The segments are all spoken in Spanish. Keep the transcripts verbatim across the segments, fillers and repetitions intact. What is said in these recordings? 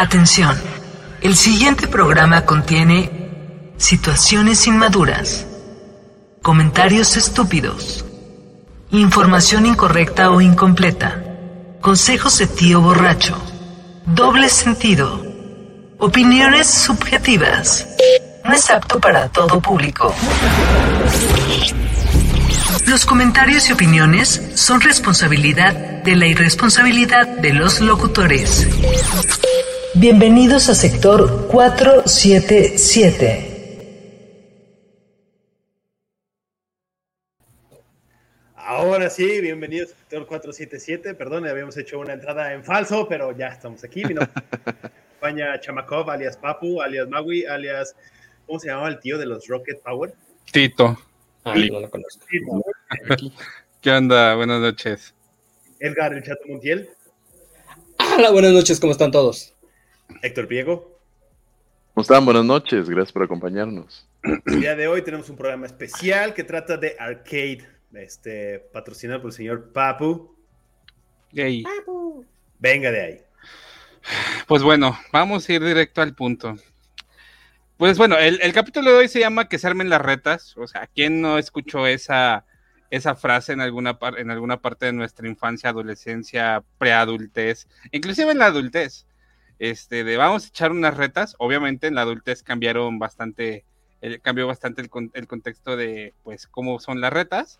Atención, el siguiente programa contiene situaciones inmaduras, comentarios estúpidos, información incorrecta o incompleta, consejos de tío borracho, doble sentido, opiniones subjetivas. No es apto para todo público. Los comentarios y opiniones son responsabilidad de la irresponsabilidad de los locutores. Bienvenidos a sector cuatrocientos setenta y siete. Ahora sí, bienvenidos a sector cuatrocientos setenta y siete. Perdón, habíamos hecho una entrada en falso, pero ya estamos aquí. Mi nombre es España Chamakov, alias Papu, alias Magui, alias... ¿Cómo se llamaba el tío de los Rocket Power? Tito. Ah, no lo conozco. Tito. ¿Qué onda? Buenas noches. Edgar El Chato Montiel. Hola, buenas noches, ¿cómo están todos? Héctor Piego. ¿Cómo están? Buenas noches, gracias por acompañarnos. El día de hoy tenemos un programa especial que trata de arcade, este, patrocinado por el señor Papu. Yay. Papu. Venga de ahí. Pues bueno, vamos a ir directo al punto. Pues bueno, el, el capítulo de hoy se llama Que se armen las retas. O sea, ¿quién no escuchó esa, esa frase en alguna, par, en alguna parte de nuestra infancia, adolescencia, preadultez, inclusive en la adultez? Este, de vamos a echar unas retas. Obviamente en la adultez cambiaron bastante, el, cambió bastante el, el contexto de, pues, cómo son las retas.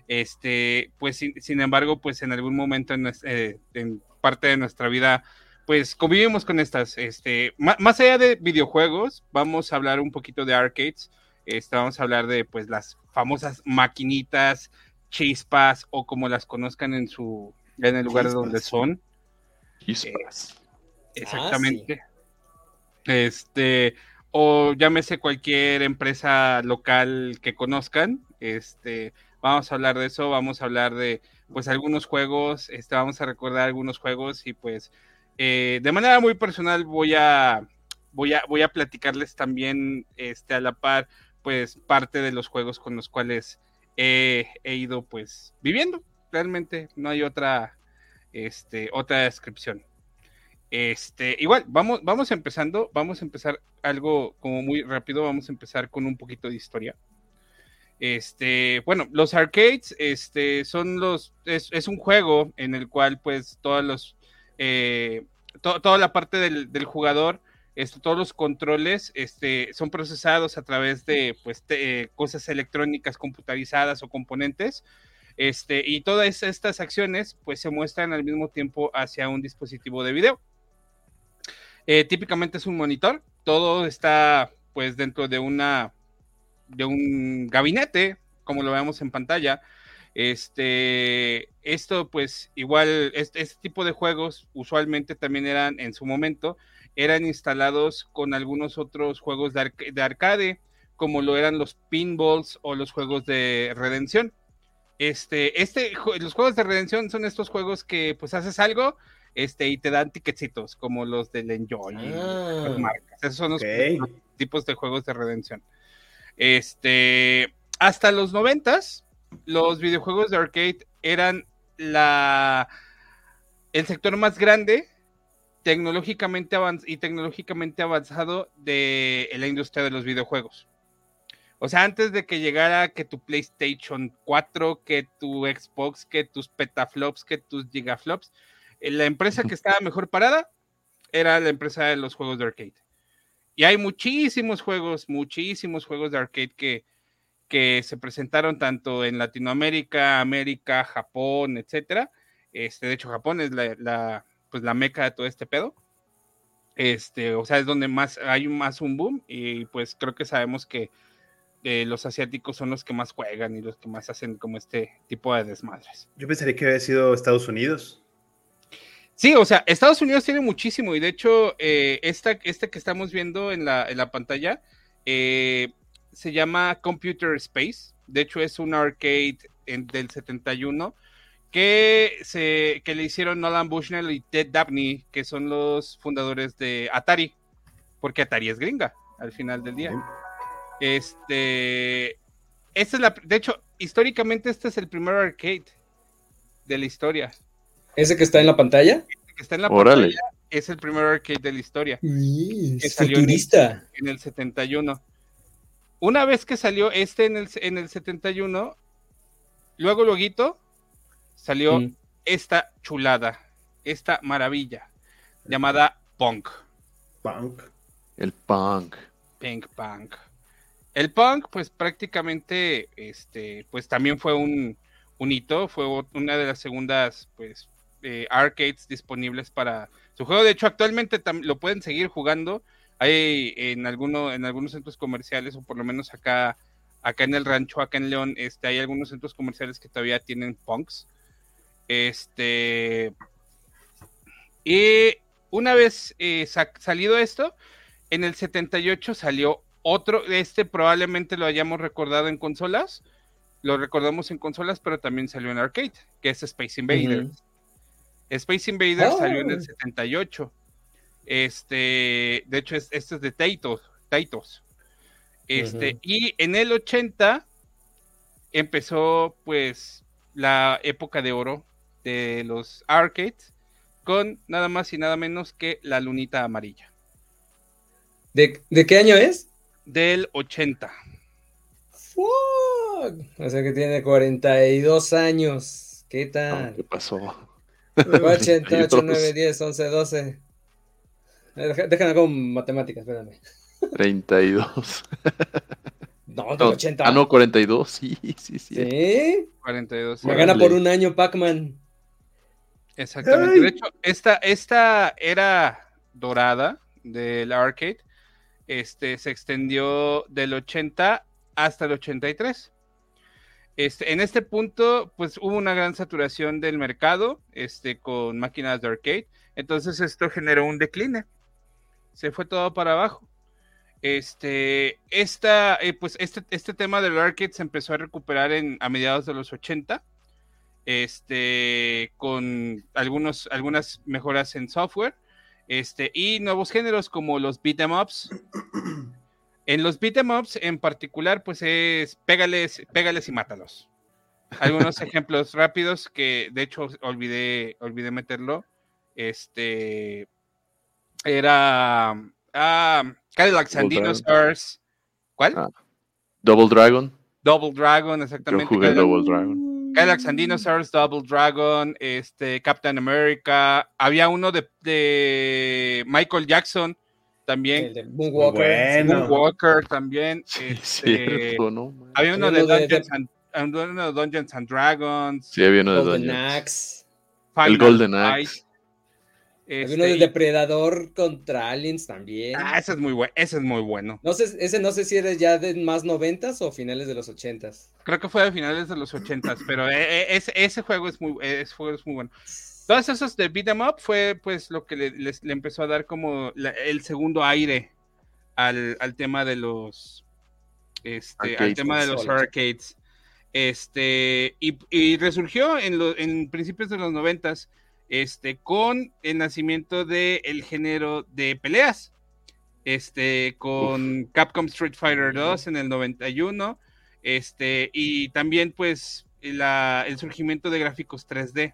Este, pues, sin, sin embargo, pues, en algún momento en, eh, en parte de nuestra vida, pues, convivimos con estas, este, más, más allá de videojuegos, vamos a hablar un poquito de arcades. Este, vamos a hablar de, pues, las famosas maquinitas, chispas, o como las conozcan en su, en el lugar Chispas. donde son. Chispas. Eh, Exactamente. Ah, sí. Este, o llámese cualquier empresa local que conozcan. Este, vamos a hablar de eso, vamos a hablar de, pues, algunos juegos, este, vamos a recordar algunos juegos y, pues, eh, de manera muy personal voy a, voy a, voy a platicarles también, este, a la par, pues, parte de los juegos con los cuales he, he ido, pues, viviendo. Realmente no hay otra, este, otra descripción. Este, igual, vamos, vamos empezando, vamos a empezar algo como muy rápido, vamos a empezar con un poquito de historia. Este, bueno, los arcades, este, son los, es, es un juego en el cual, pues, todos los, eh, to, toda la parte del, del jugador, este, todos los controles, este, son procesados a través de, pues, te, eh, cosas electrónicas computarizadas o componentes. Este, y todas estas acciones, pues, se muestran al mismo tiempo hacia un dispositivo de video. Eh, típicamente es un monitor, todo está, pues, dentro de una de un gabinete, como lo vemos en pantalla. Este, esto, pues, igual, este, este tipo de juegos usualmente también eran, en su momento, eran instalados con algunos otros juegos de, arc de arcade, como lo eran los pinballs o los juegos de redención. Este, este, los juegos de redención son estos juegos que, pues, haces algo, este, y te dan ticketcitos, como los del Enjoy Ah, y las marcas. Esos son los, Okay. los tipos de juegos de redención. Este, hasta los noventas, los videojuegos de arcade eran la, el sector más grande tecnológicamente avanz y tecnológicamente avanzado de la industria de los videojuegos. O sea, antes de que llegara que tu PlayStation cuatro, que tu Xbox, que tus petaflops, que tus gigaflops, la empresa que estaba mejor parada era la empresa de los juegos de arcade. Y hay muchísimos juegos, muchísimos juegos de arcade que, que se presentaron tanto en Latinoamérica, América, Japón, etcétera. Este, de hecho, Japón es la, la, pues, la meca de todo este pedo. Este, o sea, es donde más hay más un boom, y pues creo que sabemos que eh, los asiáticos son los que más juegan y los que más hacen como este tipo de desmadres. Yo pensaría que había sido Estados Unidos. Sí, o sea, Estados Unidos tiene muchísimo, y de hecho, eh, esta, esta que estamos viendo en la, en la pantalla eh, se llama Computer Space. De hecho, es un arcade en, del setenta y uno que, se, que le hicieron Nolan Bushnell y Ted Dabney, que son los fundadores de Atari, porque Atari es gringa al final del día. Este, esta es la, de hecho, históricamente este es el primer arcade de la historia. ¿Ese que está en la pantalla? Que está en la Órale. pantalla es el primer arcade de la historia. Y que es salió en el, futurista. en el setenta y uno. Una vez que salió este en el, en el setenta y uno, luego, luego, salió Mm. esta chulada, esta maravilla, llamada Punk. Punk. El punk. Pink Punk. El Punk, pues prácticamente, este, pues también fue un, un hito, fue una de las segundas, pues, eh, arcades disponibles para su juego. De hecho, actualmente tam- lo pueden seguir jugando. Hay en alguno, en algunos centros comerciales, o por lo menos acá, acá en el rancho, acá en León, este, hay algunos centros comerciales que todavía tienen punks. Este, y una vez eh, sa- salido esto, en el setenta y ocho salió otro, este probablemente lo hayamos recordado en consolas, lo recordamos en consolas, pero también salió en arcade, que es Space Invaders. Ujú. Space Invaders Oh. salió en el setenta y ocho. Este, de hecho, es, este es de Taito, Taitos. Este, Ujú. y en el ochenta empezó, pues, la época de oro de los arcades, con nada más y nada menos que la lunita amarilla. ¿De, ¿De qué año es? Del ochenta. Fuck. O sea que tiene cuarenta y dos años. ¿Qué No, tal? ¿qué pasó? ochenta, ocho, nueve, treinta y dos. diez, once, doce. Déjame con matemáticas, espérame. treinta y dos. No, del No, ochenta. ah, no, cuarenta y dos. Sí, sí, sí. ¿Sí? cuarenta y dos. Me Órale. gana por un año Pac-Man. Exactamente. ¡Ay! De hecho, esta, esta era dorada del arcade, este, se extendió del ochenta hasta el ochenta y tres. Este, en este punto, pues hubo una gran saturación del mercado, este, con máquinas de arcade. Entonces esto generó un decline. Se fue todo para abajo. Este, esta, eh, pues este, este tema del arcade se empezó a recuperar en, a mediados de los ochenta. Este, con algunos, algunas mejoras en software, este, y nuevos géneros como los beat 'em ups. En los beat 'em ups en particular, pues es pégales, pégales y mátalos. Algunos ejemplos rápidos que de hecho olvidé, olvidé meterlo. Este era ah, Cadillac and Double Dragon. Dinosaurs. ¿Cuál? Ah, Double Dragon. Double Dragon, Yo exactamente. jugué Cadillac, Double Dragon. Cadillacs and Dinosaurs, Double Dragon, este, Captain America. Había uno de, de Michael Jackson también. El de Moonwalker. Bueno. Moonwalker también. Sí, este, cierto, ¿no? Man. había uno Había de uno de- Dungeons, de- and, uno de Dungeons and Dragons. Sí, había uno de Golden Dungeons. Axe. Final El Golden Fight. Axe. Este, Había uno de Depredador contra Aliens también. ah, ese es muy bueno. Ese es muy bueno. No sé, ese no sé si eres ya de más noventas o finales de los ochentas. Creo que fue de finales de los ochentas, pero eh, eh, ese, ese juego es muy, ese juego es muy bueno. Todos esos de beat 'em up fue pues lo que le, les, le empezó a dar como la, el segundo aire al, al tema de los este, al Arcades. tema de los Consolas. arcades. Este, y, y resurgió en, lo, en principios de los noventas, este, con el nacimiento del género de peleas. Este, con Uf. Capcom Street Fighter dos en el noventa y uno. Este, y también pues la, el surgimiento de gráficos tres D.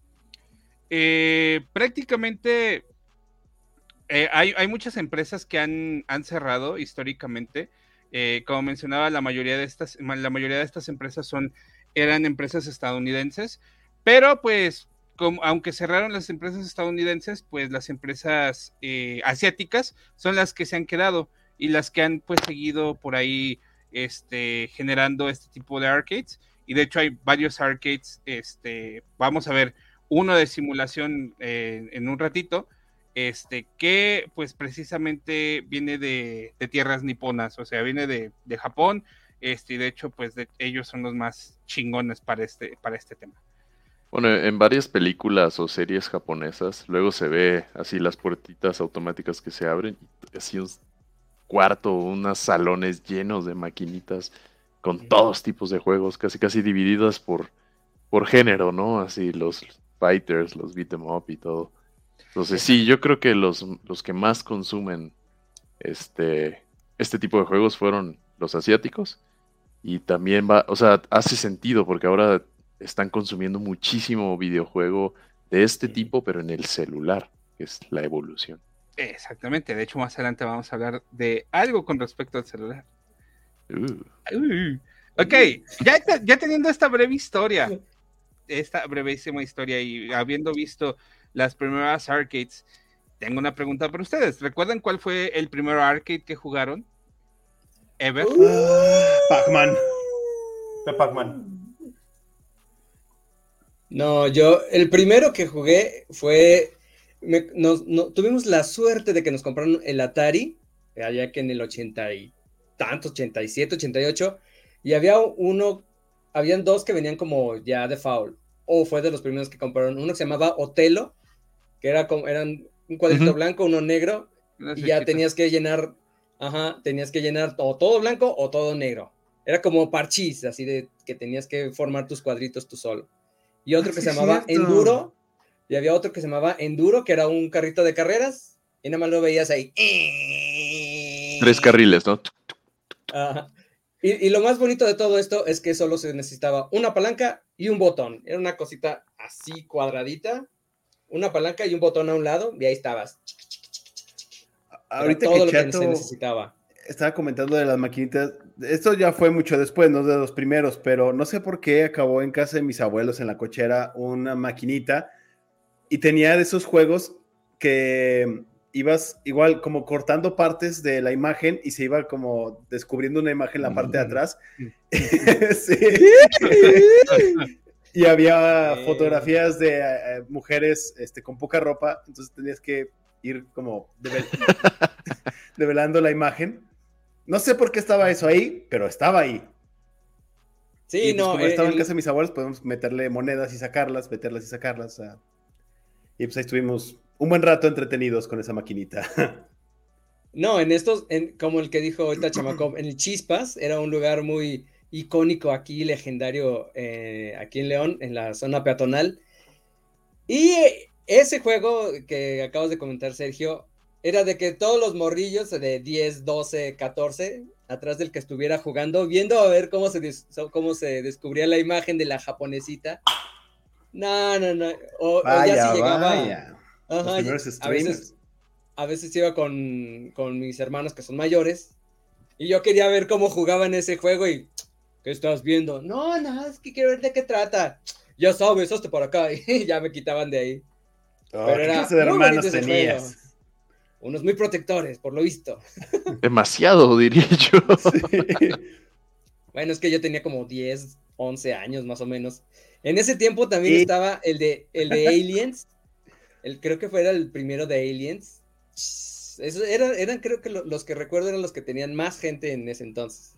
Eh, prácticamente eh, hay, hay muchas empresas que han, han cerrado históricamente. Eh, como mencionaba, la mayoría de estas, la mayoría de estas empresas son, eran empresas estadounidenses, pero pues como, aunque cerraron las empresas estadounidenses, pues las empresas eh, asiáticas son las que se han quedado y las que han pues seguido por ahí este, generando este tipo de arcades. Y de hecho hay varios arcades, este, vamos a ver uno de simulación eh, en un ratito, este, que pues precisamente viene de, de tierras niponas, o sea, viene de, de Japón, este, y de hecho pues de, ellos son los más chingones para este, para este tema. Bueno, en varias películas o series japonesas, luego se ve así las puertitas automáticas que se abren, y así un cuarto, unos salones llenos de maquinitas con todos tipos de juegos, casi casi divididas por, por género, ¿no? Así los fighters, los beat 'em up y todo. Entonces sí, yo creo que los, los que más consumen este, este tipo de juegos fueron los asiáticos, y también va, o sea, hace sentido porque ahora están consumiendo muchísimo videojuego de este tipo, pero en el celular. que es la evolución. Exactamente, de hecho más adelante vamos a hablar de algo con respecto al celular. Uh. Uh. Ok, ya, ya teniendo esta breve historia, esta brevísima historia y habiendo visto las primeras arcades, tengo una pregunta para ustedes. ¿Recuerdan cuál fue el primer arcade que jugaron? Ever. Uh, Pac-Man. De Pac-Man. No, yo, el primero que jugué fue, me, nos, no, tuvimos la suerte de que nos compraron el Atari, allá que en el ochenta y tantos, ochenta y siete, ochenta y ocho, y había uno, habían dos que venían como ya de default, o fue de los primeros que compraron, uno que se llamaba Otelo, que era como, eran un cuadrito uh-huh. blanco, uno negro, no y ya tenías que llenar, ajá, tenías que llenar o todo blanco o todo negro, era como parchís, así de que tenías que formar tus cuadritos tú solo. Y otro que se llamaba Enduro, y había otro que se llamaba Enduro, que era un carrito de carreras, y nada más lo veías ahí. Tres carriles, ¿no? Ajá. Y, y lo más bonito de todo esto es que solo se necesitaba una palanca y un botón. Era una cosita así cuadradita, una palanca y un botón a un lado, y ahí estabas. Ahorita todo que lo Chato que se necesitaba. Estaba comentando de las maquinitas. Esto ya fue mucho después, no de los primeros, pero no sé por qué acabó en casa de mis abuelos en la cochera una maquinita y tenía de esos juegos que ibas igual como cortando partes de la imagen y se iba como descubriendo una imagen en la parte de atrás. Sí. Y había eh. fotografías de uh, mujeres este, con poca ropa, entonces tenías que ir como devel- develando la imagen. No sé por qué estaba eso ahí, pero estaba ahí. Sí, y pues no. Como eh, estaba el... en casa de mis abuelos, podemos meterle monedas y sacarlas, meterlas y sacarlas. Uh, y pues ahí estuvimos un buen rato entretenidos con esa maquinita. No, en estos, en, como el que dijo ahorita Chamacov, en el Chispas, era un lugar muy icónico aquí, legendario, eh, aquí en León, en la zona peatonal. Y ese juego que acabas de comentar, Sergio, era de que todos los morrillos de diez, doce, catorce, atrás del que estuviera jugando, viendo a ver cómo se, des- cómo se descubría la imagen de la japonesita. No, no, no. O, vaya, o ya si llegaba vaya. Y, ajá, los primeros a streamers. Veces, a veces iba con, con mis hermanos que son mayores y yo quería ver cómo jugaban ese juego y ¿qué estás viendo? No, no, es que quiero ver de qué trata. Ya sabes, hazte por acá y ya me quitaban de ahí. Oh, Pero ¿qué era clase de muy hermanos bonito ese tenías? juego. Unos muy protectores, por lo visto. Demasiado, diría yo. Sí. Bueno, es que yo tenía como diez, once años más o menos. En ese tiempo también y... estaba el de, el de Aliens. El, creo que fue era el primero de Aliens. Eso era, eran, creo que lo, los que recuerdo eran los que tenían más gente en ese entonces.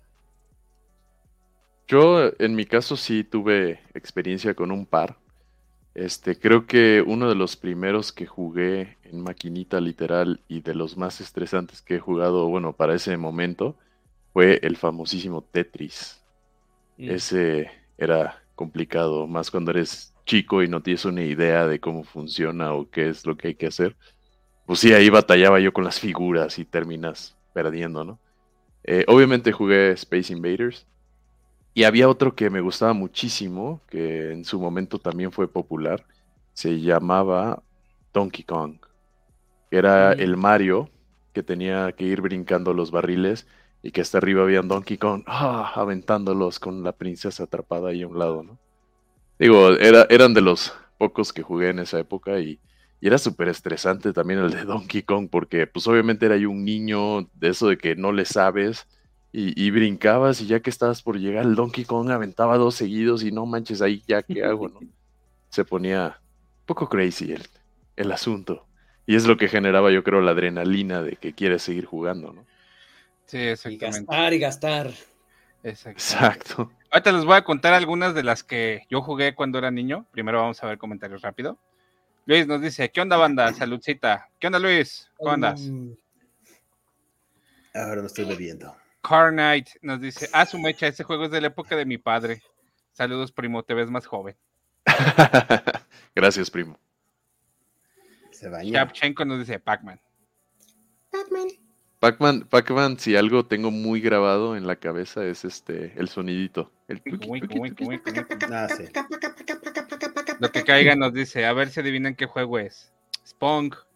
Yo, en mi caso, sí tuve experiencia con un par. Este, creo que uno de los primeros que jugué en maquinita literal y de los más estresantes que he jugado, bueno, para ese momento, fue el famosísimo Tetris. Mm. Ese era complicado, más cuando eres chico y no tienes una idea de cómo funciona o qué es lo que hay que hacer. Pues sí, ahí batallaba yo con las figuras y terminas perdiendo, ¿no? Eh, obviamente jugué Space Invaders. Y había otro que me gustaba muchísimo, que en su momento también fue popular, se llamaba Donkey Kong. Era mm. el Mario que tenía que ir brincando los barriles y que hasta arriba había Donkey Kong ¡ah! Aventándolos con la princesa atrapada ahí a un lado, ¿no? Digo, era, eran de los pocos que jugué en esa época y, y era súper estresante también el de Donkey Kong porque pues obviamente era yo un niño de eso de que no le sabes. Y, y brincabas y ya que estabas por llegar el Donkey Kong aventaba dos seguidos y no manches ahí ya qué hago, ¿no? Se ponía un poco crazy el, el asunto. Y es lo que generaba yo creo la adrenalina de que quieres seguir jugando, ¿no? Sí, exactamente. Y gastar y gastar. Exacto. Ahorita les voy a contar algunas de las que yo jugué cuando era niño. Primero vamos a ver comentarios rápido. Luis nos dice, ¿qué onda banda? Saludcita. ¿Qué onda Luis? ¿Cómo andas? Um, ahora no estoy bebiendo. Car Knight nos dice, ah, su mecha, ese juego es de la época de mi padre. Saludos, primo, te ves más joven. Gracias, primo. Se baña. Shapchenko nos dice, Pac-Man. Pac-Man. Pac-Man, Pac-Man, si algo tengo muy grabado en la cabeza es este, el sonidito. El muy, muy, muy, muy. Ah, sí. Lo que caiga nos dice, a ver si adivinan qué juego es. Spong.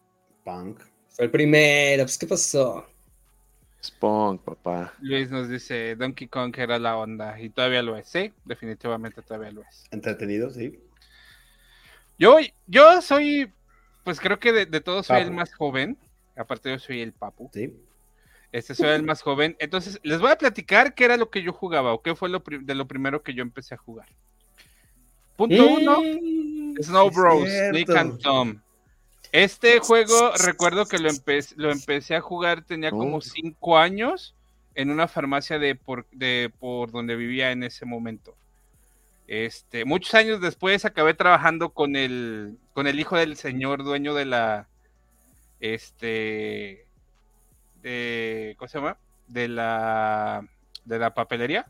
Punk. Fue el primero, pues ¿qué pasó? Spunk, papá. Luis nos dice, Donkey Kong era la onda, y todavía lo es, sí, definitivamente todavía lo es. Entretenido, sí. Yo, yo soy, pues creo que de, de todos soy Papu. el más joven, aparte yo soy el papu, Sí. este soy el más joven, entonces les voy a platicar qué era lo que yo jugaba, o qué fue lo pri- de lo primero que yo empecé a jugar. Punto uno, Mm, Snow es Bros, cierto. Nick and Tom. Este juego, recuerdo que lo, empe- lo empecé a jugar, tenía Oh. como cinco años, en una farmacia de por, de por donde vivía en ese momento. Este, muchos años después acabé trabajando con el, con el hijo del señor dueño de la, este, de, ¿cómo se llama? De la, de de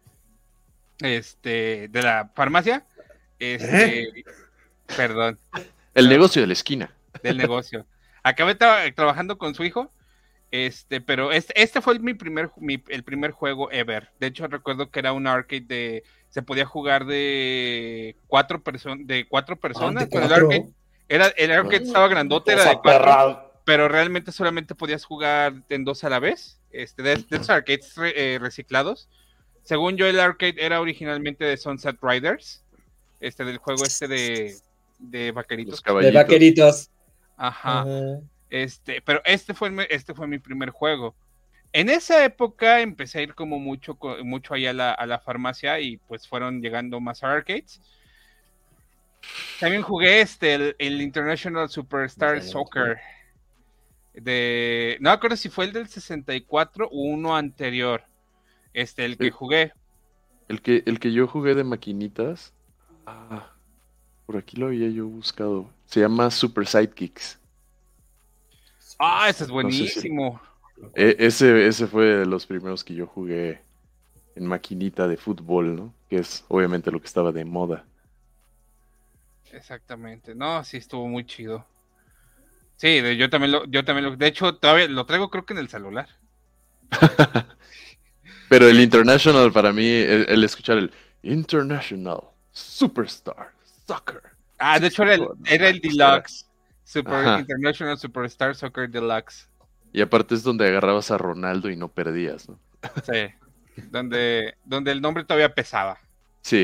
este, de la farmacia, este, ¿Eh? perdón. El Pero- negocio de la esquina. Del negocio. Acabé tra- trabajando con su hijo, este, pero este, este fue mi primer, mi- el primer juego ever. De hecho, recuerdo que era un arcade de, se podía jugar de cuatro personas, de cuatro personas. Ah, de pero el cuatro. arcade, era, el arcade Ah, estaba grandote, era de Cosa cuatro, perra. pero realmente solamente podías jugar en dos a la vez. Este, de, de esos arcades re- eh, reciclados. Según yo, el arcade era originalmente de Sunset Riders, este, del juego este de, de Los vaqueritos. De caballitos. vaqueritos. Ajá. Ajá. Este, pero este fue, mi- este fue mi primer juego. En esa época empecé a ir como mucho, co- mucho ahí a la, a la farmacia y pues fueron llegando más arcades. También jugué este, el, el International Superstar Bueno, Soccer. De, no me acuerdo si fue el del sesenta y cuatro o uno anterior. Este, el que Sí. jugué. El que, el que yo jugué de maquinitas. Ah, por aquí lo había yo buscado. Se llama Super Sidekicks. Ah, ese es No sé si- buenísimo. E- ese, ese fue de los primeros que yo jugué en maquinita de fútbol, ¿no? Que es obviamente lo que estaba de moda. Exactamente. No, sí estuvo muy chido. Sí, de- yo también lo, yo también lo, de hecho, todavía lo traigo creo que en el celular. Pero el International para mí, el, el escuchar el International Superstar Soccer. Ah, de hecho era el, Oh, no era el manches, Deluxe. Super Ajá. International Superstar Soccer Deluxe. Y aparte es donde agarrabas a Ronaldo y no perdías, ¿no? Sí. Donde, donde el nombre todavía pesaba. Sí.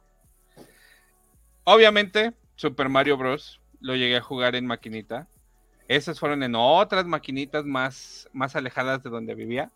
Obviamente, Super Mario Bros. Lo llegué a jugar en maquinita. Esas fueron en otras maquinitas más, más alejadas de donde vivía.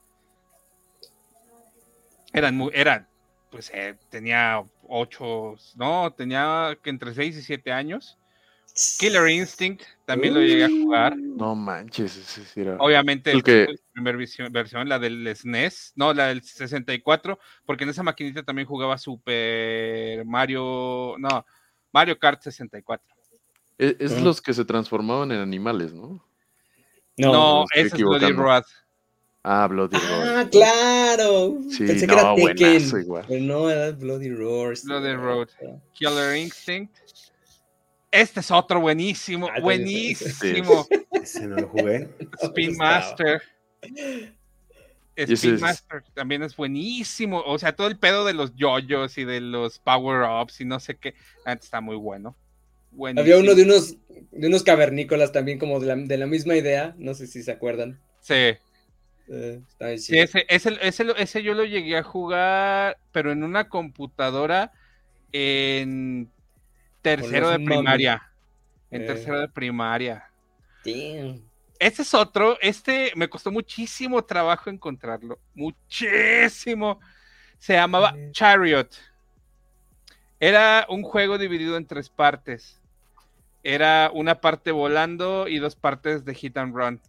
Eran muy, eran, pues eh, tenía ocho, no, tenía que entre seis y siete años. Killer Instinct también lo llegué a jugar. No manches, ese sí era. Obviamente, El pues, que- la primera versión, versión, la del S N E S, no, la del sesenta y cuatro, porque en esa maquinita también jugaba Super Mario, no, Mario Kart sesenta y cuatro. Es, es Ah. los que se transformaban en animales, ¿no? No. No, me estoy ese es Bloody equivocando. Road. Ah, Bloody Roar. Ah, claro. Sí, Pensé que no, era Tekken. buenazo igual. Pero no, era Bloody Roar. sí, Bloody era Roar. otro. Killer Instinct. Este es otro buenísimo, Ah, también está- buenísimo. Ese no lo jugué. Spin estaba. Master. ese Spin es- Master también es buenísimo. O sea, todo el pedo de los yoyos y de los power-ups y no sé qué. Ah, está muy bueno. Buenísimo. Había uno de unos, de unos cavernícolas también como de la, de la misma idea. No sé si se acuerdan. Sí. Eh, está bien Sí, chido. ese, ese, ese, lo- ese yo lo llegué a jugar, pero en una computadora en tercero los de mames. primaria. En Eh. tercero de primaria. Damn. Este es otro, este me costó muchísimo trabajo encontrarlo. Muchísimo. Se llamaba Eh. Chariot. Era un juego dividido en tres partes. Era una parte volando y dos partes de hit and run.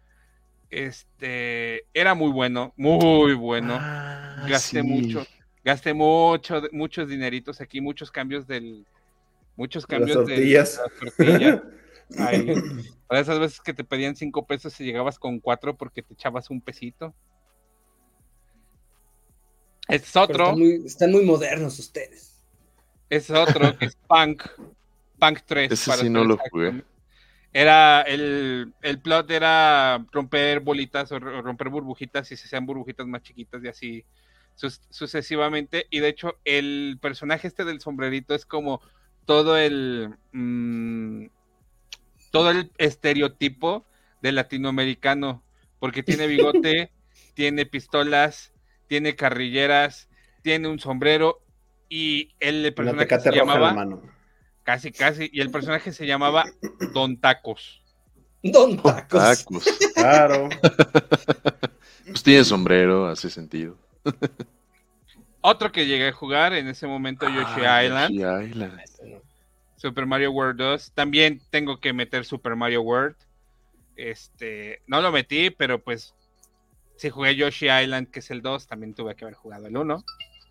Este, era muy bueno, muy bueno. Ah, Gasté sí. mucho, gasté mucho, muchos dineritos aquí, muchos cambios del, muchos Las cambios de tortillas. las tortillas. Ahí. Para esas veces que te pedían cinco pesos y llegabas con cuatro porque te echabas un pesito. Este es Pero otro, Están muy, están muy modernos ustedes. este es otro que es Punk, Punk tres. Ese para sí no ser lo exacto. jugué. Era el, el plot era romper bolitas o ro- romper burbujitas y se hacían burbujitas más chiquitas y así sus- sucesivamente. Y de hecho, el personaje este del sombrerito es como todo el mm, todo el estereotipo del latinoamericano, porque tiene bigote, tiene pistolas, tiene carrilleras, tiene un sombrero y el personaje se llamaba mano. casi casi y el personaje se llamaba Don Tacos. Don Tacos. Tacos. Claro. Pues tiene sombrero, hace sentido. Otro que llegué a jugar en ese momento, Yoshi Ah, Island, Yoshi Island. Super Mario World dos. También tengo que meter Super Mario World. Este, no lo metí, pero pues si jugué Yoshi Island, que es el dos, también tuve que haber jugado el uno.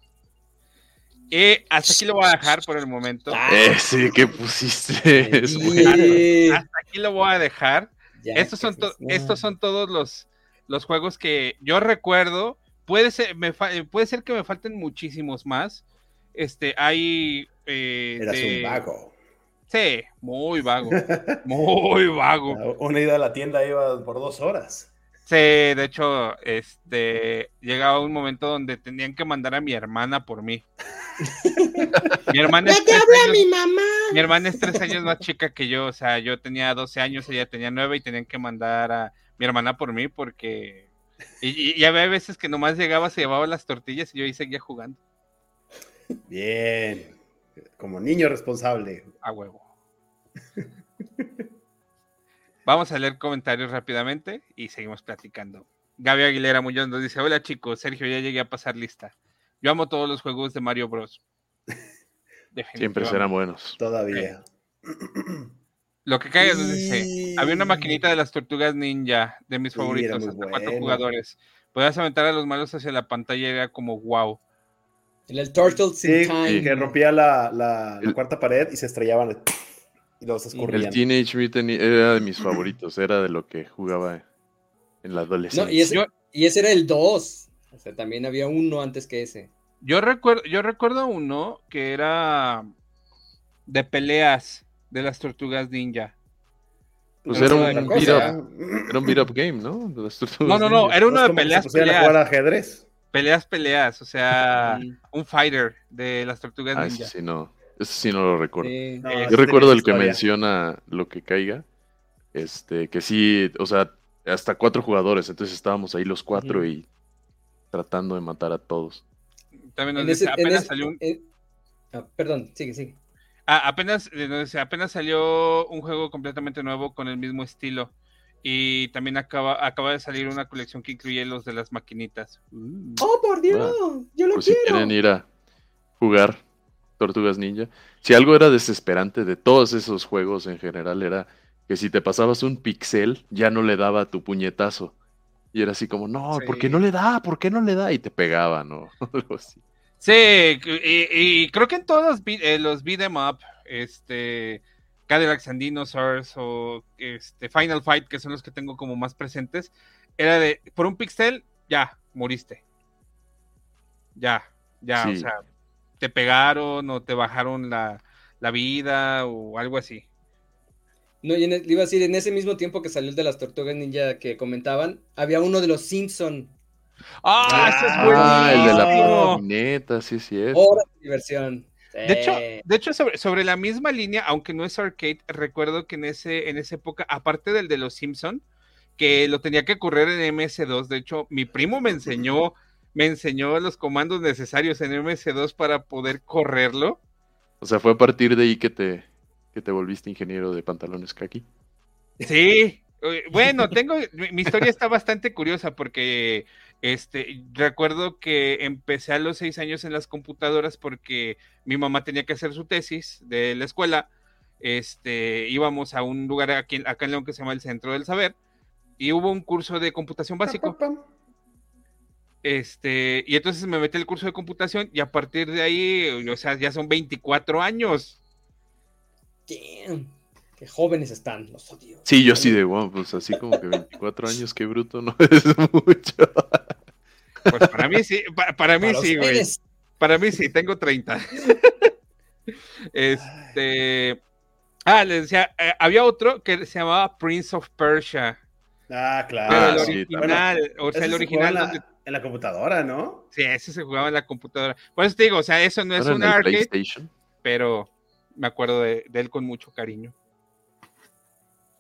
Y hasta aquí lo voy a dejar por el momento. Ese que pusiste es Sí. bueno. Hasta aquí lo voy a dejar. Ya Estos que son, se- to- no. estos son todos los, los juegos que yo recuerdo. Puede ser, me fa- puede ser que me falten muchísimos más. Este, hay. Eh, Eras de- un vago. Sí, muy vago. Muy vago. Una ida a la tienda iba por dos horas. Sí, de hecho, este, llegaba un momento donde tenían que mandar a mi hermana por mí. Mi hermana es tres años, mamá! mi hermana es tres años más chica que yo, o sea, yo tenía doce años, ella tenía nueve y tenían que mandar a mi hermana por mí porque... Y, y, y había veces que nomás llegaba, se llevaba las tortillas y yo ahí seguía jugando. Bien. Como niño responsable. A huevo. Vamos a leer comentarios rápidamente y seguimos platicando. Gaby Aguilera Muñoz nos dice: hola chicos, Sergio, ya llegué a pasar lista. Yo amo todos los juegos de Mario Bros. Siempre serán buenos. Todavía. Lo que caiga nos dice: había una maquinita de las tortugas ninja, de mis Sí, favoritos, era muy hasta cuatro bueno. jugadores. Podías aventar a los malos hacia la pantalla y era como wow. El, el Turtles Sí, in Time. que rompía la, la, la El- cuarta pared y se estrellaban y los El escurrían. Teenage Mutant era de mis favoritos, era de lo que jugaba en la adolescencia. No, y ese, Yo- y ese era el dos. O sea, también había uno antes que ese. Yo recuerdo, yo recuerdo uno que era de peleas de las tortugas ninja. Pues Pero era de un la beat cosa. up, era un beat up game, ¿no? De las tortugas No, no, no, ninja. era uno Es de como que se peleas, pusieran a peleas, jugar ajedrez. peleas, peleas, o sea, Mm, un fighter de las tortugas Ah, ese ninja. sí no, ese sí no lo recuerdo. sí. No, Yo sí Yo tenía recuerdo el que historia. menciona lo que caiga, este, que sí, o sea, hasta cuatro jugadores, entonces estábamos ahí los cuatro Ujú. y tratando de matar a todos. También nos En dice, ese- en apenas ese- salió un, en- ah, perdón, sigue, sigue. ah, apenas, eh, nos dice, apenas salió un juego completamente nuevo con el mismo estilo. Y también acaba, acaba de salir una colección que incluye los de las maquinitas. Uh. ¡Oh, por Dios! ¡Yo lo Por si quiero! quieren ir a jugar Tortugas Ninja. Si algo era desesperante de todos esos juegos en general era que si te pasabas un pixel ya no le daba tu puñetazo. Y era así como, no, ¿por qué Sí. no le da? ¿Por qué no le da? Y te pegaba, ¿no? Algo así. Sí, y, y creo que en todos los, beat- eh, los beat 'em up, este, Cadillacs and Dinosaurs o este, Final Fight, que son los que tengo como más presentes, era de, por un pixel, ya, moriste. Ya, ya, Sí. o sea, te pegaron o te bajaron la, la vida o algo así. No, y en el- le iba a decir, en ese mismo tiempo que salió el de las Tortugas Ninja que comentaban, había uno de los Simpson. ¡Ah, Ah, ese es Ah, el de la buenísimo! patineta, sí es cierto. Hora de diversión. De hecho, Sí. de hecho sobre, sobre la misma línea, aunque no es arcade, recuerdo que en ese en esa época, aparte del de los Simpson, que lo tenía que correr en M S dos, de hecho, mi primo me enseñó, me enseñó los comandos necesarios en M S dos para poder correrlo. O sea, fue a partir de ahí que te, que te volviste ingeniero de pantalones kaki. Sí, eh, bueno, tengo, mi, mi historia está bastante curiosa porque este, recuerdo que empecé a los seis años en las computadoras porque mi mamá tenía que hacer su tesis de la escuela. Este, íbamos a un lugar aquí, acá en León que se llama el Centro del Saber y hubo un curso de computación básico. Este, y entonces me metí al curso de computación y a partir de ahí, o sea, ya son veinticuatro años. Damn. Qué jóvenes están, los odio. Sí, yo así de, wow, pues así como que veinticuatro años, qué bruto, no es mucho. Pues para mí sí, pa- para mí Para sí, güey. ustedes. Para mí sí, tengo treinta. Este. Ah, les decía, eh, había otro que se llamaba Prince of Persia. Ah, claro. Pero Ah, el sí, original, o sea, Ese el se jugaba original en la, donde. en la computadora, ¿no? Sí, ese se jugaba en la computadora. Por eso te digo, o sea, eso no es Ahora un en el arcade, PlayStation. pero me acuerdo de, de él con mucho cariño.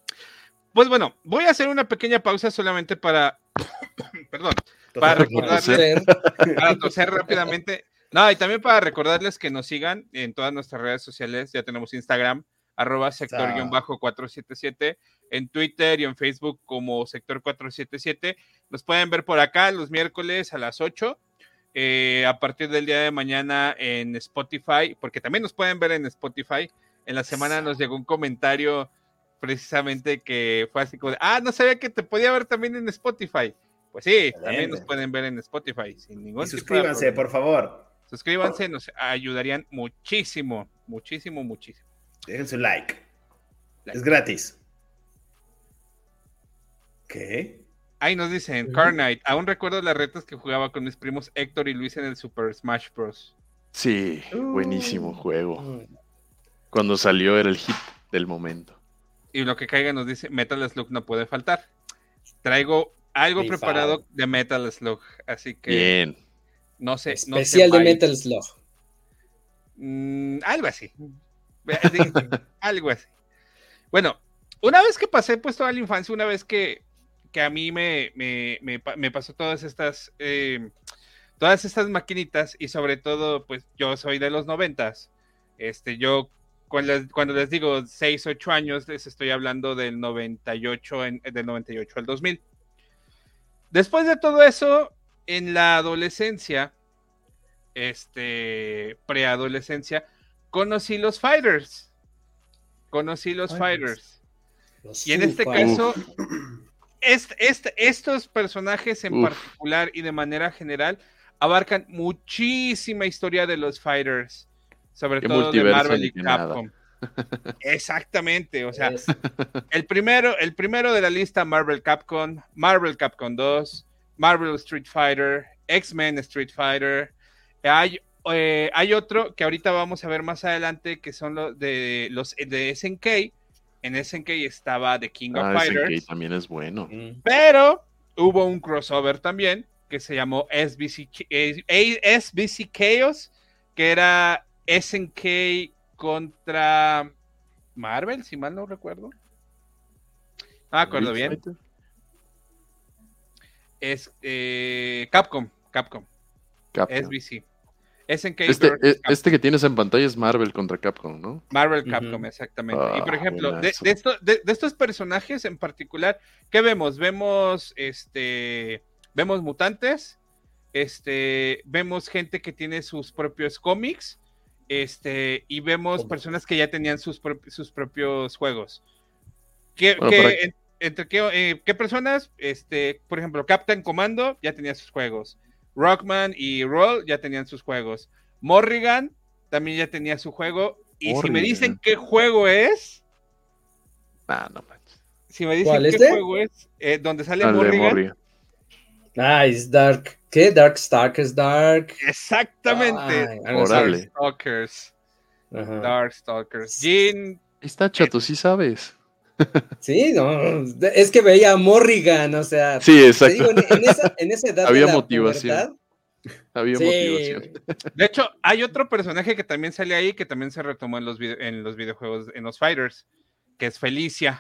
Pues bueno, voy a hacer una pequeña pausa solamente para, perdón, para recordarles, para toser rápidamente. No, y también para recordarles que nos sigan en todas nuestras redes sociales. Ya tenemos Instagram, arroba sector guión bajo cuatro siete siete, en Twitter y en Facebook como sector cuatro siete siete. Nos pueden ver por acá los miércoles a las ocho. Eh, a partir del día de mañana en Spotify, porque también nos pueden ver en Spotify. En la semana nos llegó un comentario precisamente que fue así como de, ah, no sabía que te podía ver también en Spotify. Pues sí, excelente. También nos pueden ver en Spotify sin ningún y suscríbanse, por favor. Suscríbanse, nos ayudarían muchísimo, muchísimo, muchísimo. Dejen su like. like. Es gratis. ¿Qué? Ahí nos dicen, uh-huh. Carnite, aún recuerdo las retas que jugaba con mis primos Héctor y Luis en el Super Smash Bros. Sí, uh. buenísimo juego. Cuando salió era el hit del momento. Y lo que caiga nos dice, Metal Slug no puede faltar. Traigo algo Mi preparado fan. de Metal Slug, así que... Bien. No sé. Especial no de Metal Slug. Mm, algo así. algo así. Bueno, una vez que pasé pues toda la infancia, una vez que, que a mí me, me, me, me pasó todas estas eh, todas estas maquinitas, y sobre todo, pues yo soy de los noventas. Este, yo cuando les, cuando les digo seis, ocho años, les estoy hablando del noventa y ocho, en, del noventa y ocho al dos mil. Después de todo eso, en la adolescencia, este, preadolescencia, conocí los Fighters. Conocí los Fighters. fighters. Los y en este fighters. caso, este, este, estos personajes en Uf. particular y de manera general abarcan muchísima historia de los Fighters, sobre Qué todo de Marvel y Capcom. Exactamente, o sea, es. el primero, el primero de la lista, Marvel Capcom, Marvel Capcom dos, Marvel Street Fighter, X-Men Street Fighter. Hay, eh, hay otro que ahorita vamos a ver más adelante, que son los de los de S N K. En S N K estaba The King ah, of Fighters. S N K también es bueno. Pero hubo un crossover también que se llamó S B C, eh, S B C Chaos, que era S N K contra Marvel, si mal no recuerdo. No me acuerdo bien. Es eh, Capcom, Capcom. Capcom. S B C. S N K este, es, este que tienes en pantalla es Marvel contra Capcom, ¿no? Marvel Capcom, uh-huh. exactamente. Ah, y por ejemplo, de, buenazo. de, esto, de, de estos personajes en particular, ¿qué vemos? Vemos este vemos mutantes, este, vemos gente que tiene sus propios cómics, este, y vemos ¿Cómo? personas que ya tenían sus, pro, sus propios juegos. ¿Qué, bueno, qué, para... en, entre qué, eh, qué personas? Este, por ejemplo, Captain Commando ya tenía sus juegos. Rockman y Roll ya tenían sus juegos. Morrigan también ya tenía su juego. Y Morrigan. Si me dicen qué juego es, ah, no manches. Si me dicen qué este? juego es, eh, donde sale ah, Morrigan. Morrigan. Ah, es Dark. ¿Qué? Dark Stalkers, Dark. Exactamente. Ay, Dark Stalkers. Uh-huh. Dark Stalkers. Jean. Está chato, eh, sí sabes. Sí, no, es que veía a Morrigan, o sea, sí, exacto. Te digo, en, en, esa, en esa edad había de la motivación. Pubertad, había sí. motivación. De hecho, hay otro personaje que también sale ahí, que también se retomó en los, video, en los videojuegos, en los Fighters, que es Felicia.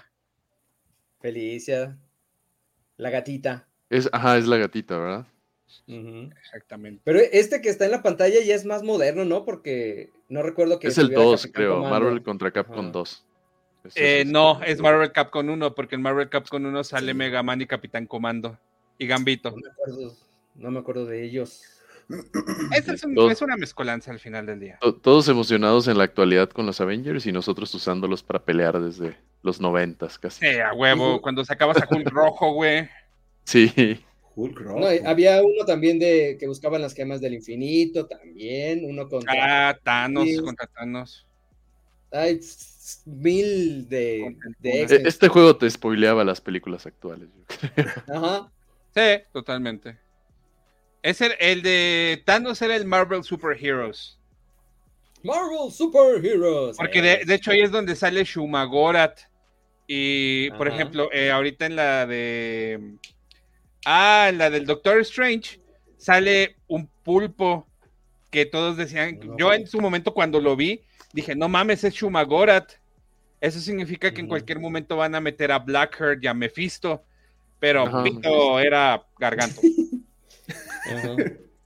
Felicia, la gatita. Es, ajá, es la gatita, ¿verdad? Uh-huh. Exactamente. Pero este que está en la pantalla ya es más moderno, ¿no? Porque no recuerdo que es el dos, creo, Comando. Marvel contra Capcom dos. Eh, no, es Marvel Capcom uno, porque en Marvel Capcom uno sale sí. Mega Man y Capitán Comando y Gambito. No me acuerdo, no me acuerdo de ellos. Esta es, un, es una mezcolanza al final del día. Todos emocionados en la actualidad con los Avengers y nosotros usándolos para pelear desde los noventas casi. Sí, a huevo, cuando sacabas a Hulk rojo, güey. Sí. Hulk rojo. No, había uno también de que buscaban las gemas del infinito, también, uno contra... Ah, Thanos, contra Thanos. Ay, mil de, de este juego te spoileaba las películas actuales, yo creo. Ajá. Sí, totalmente. Es el, el de Thanos era el Marvel Super Heroes. Marvel Super Heroes. Porque de, de hecho ahí es donde sale Shumagorat. Y Ajá. por ejemplo, eh, ahorita en la de ah, en la del Doctor Strange sale un pulpo que todos decían, no, yo en su momento cuando lo vi dije, no mames, es Shumagorat. Eso significa que en Ujú. cualquier momento van a meter a Blackheart y a Mephisto, pero Ajá, Pito Mephisto. era Garganto. Ajá.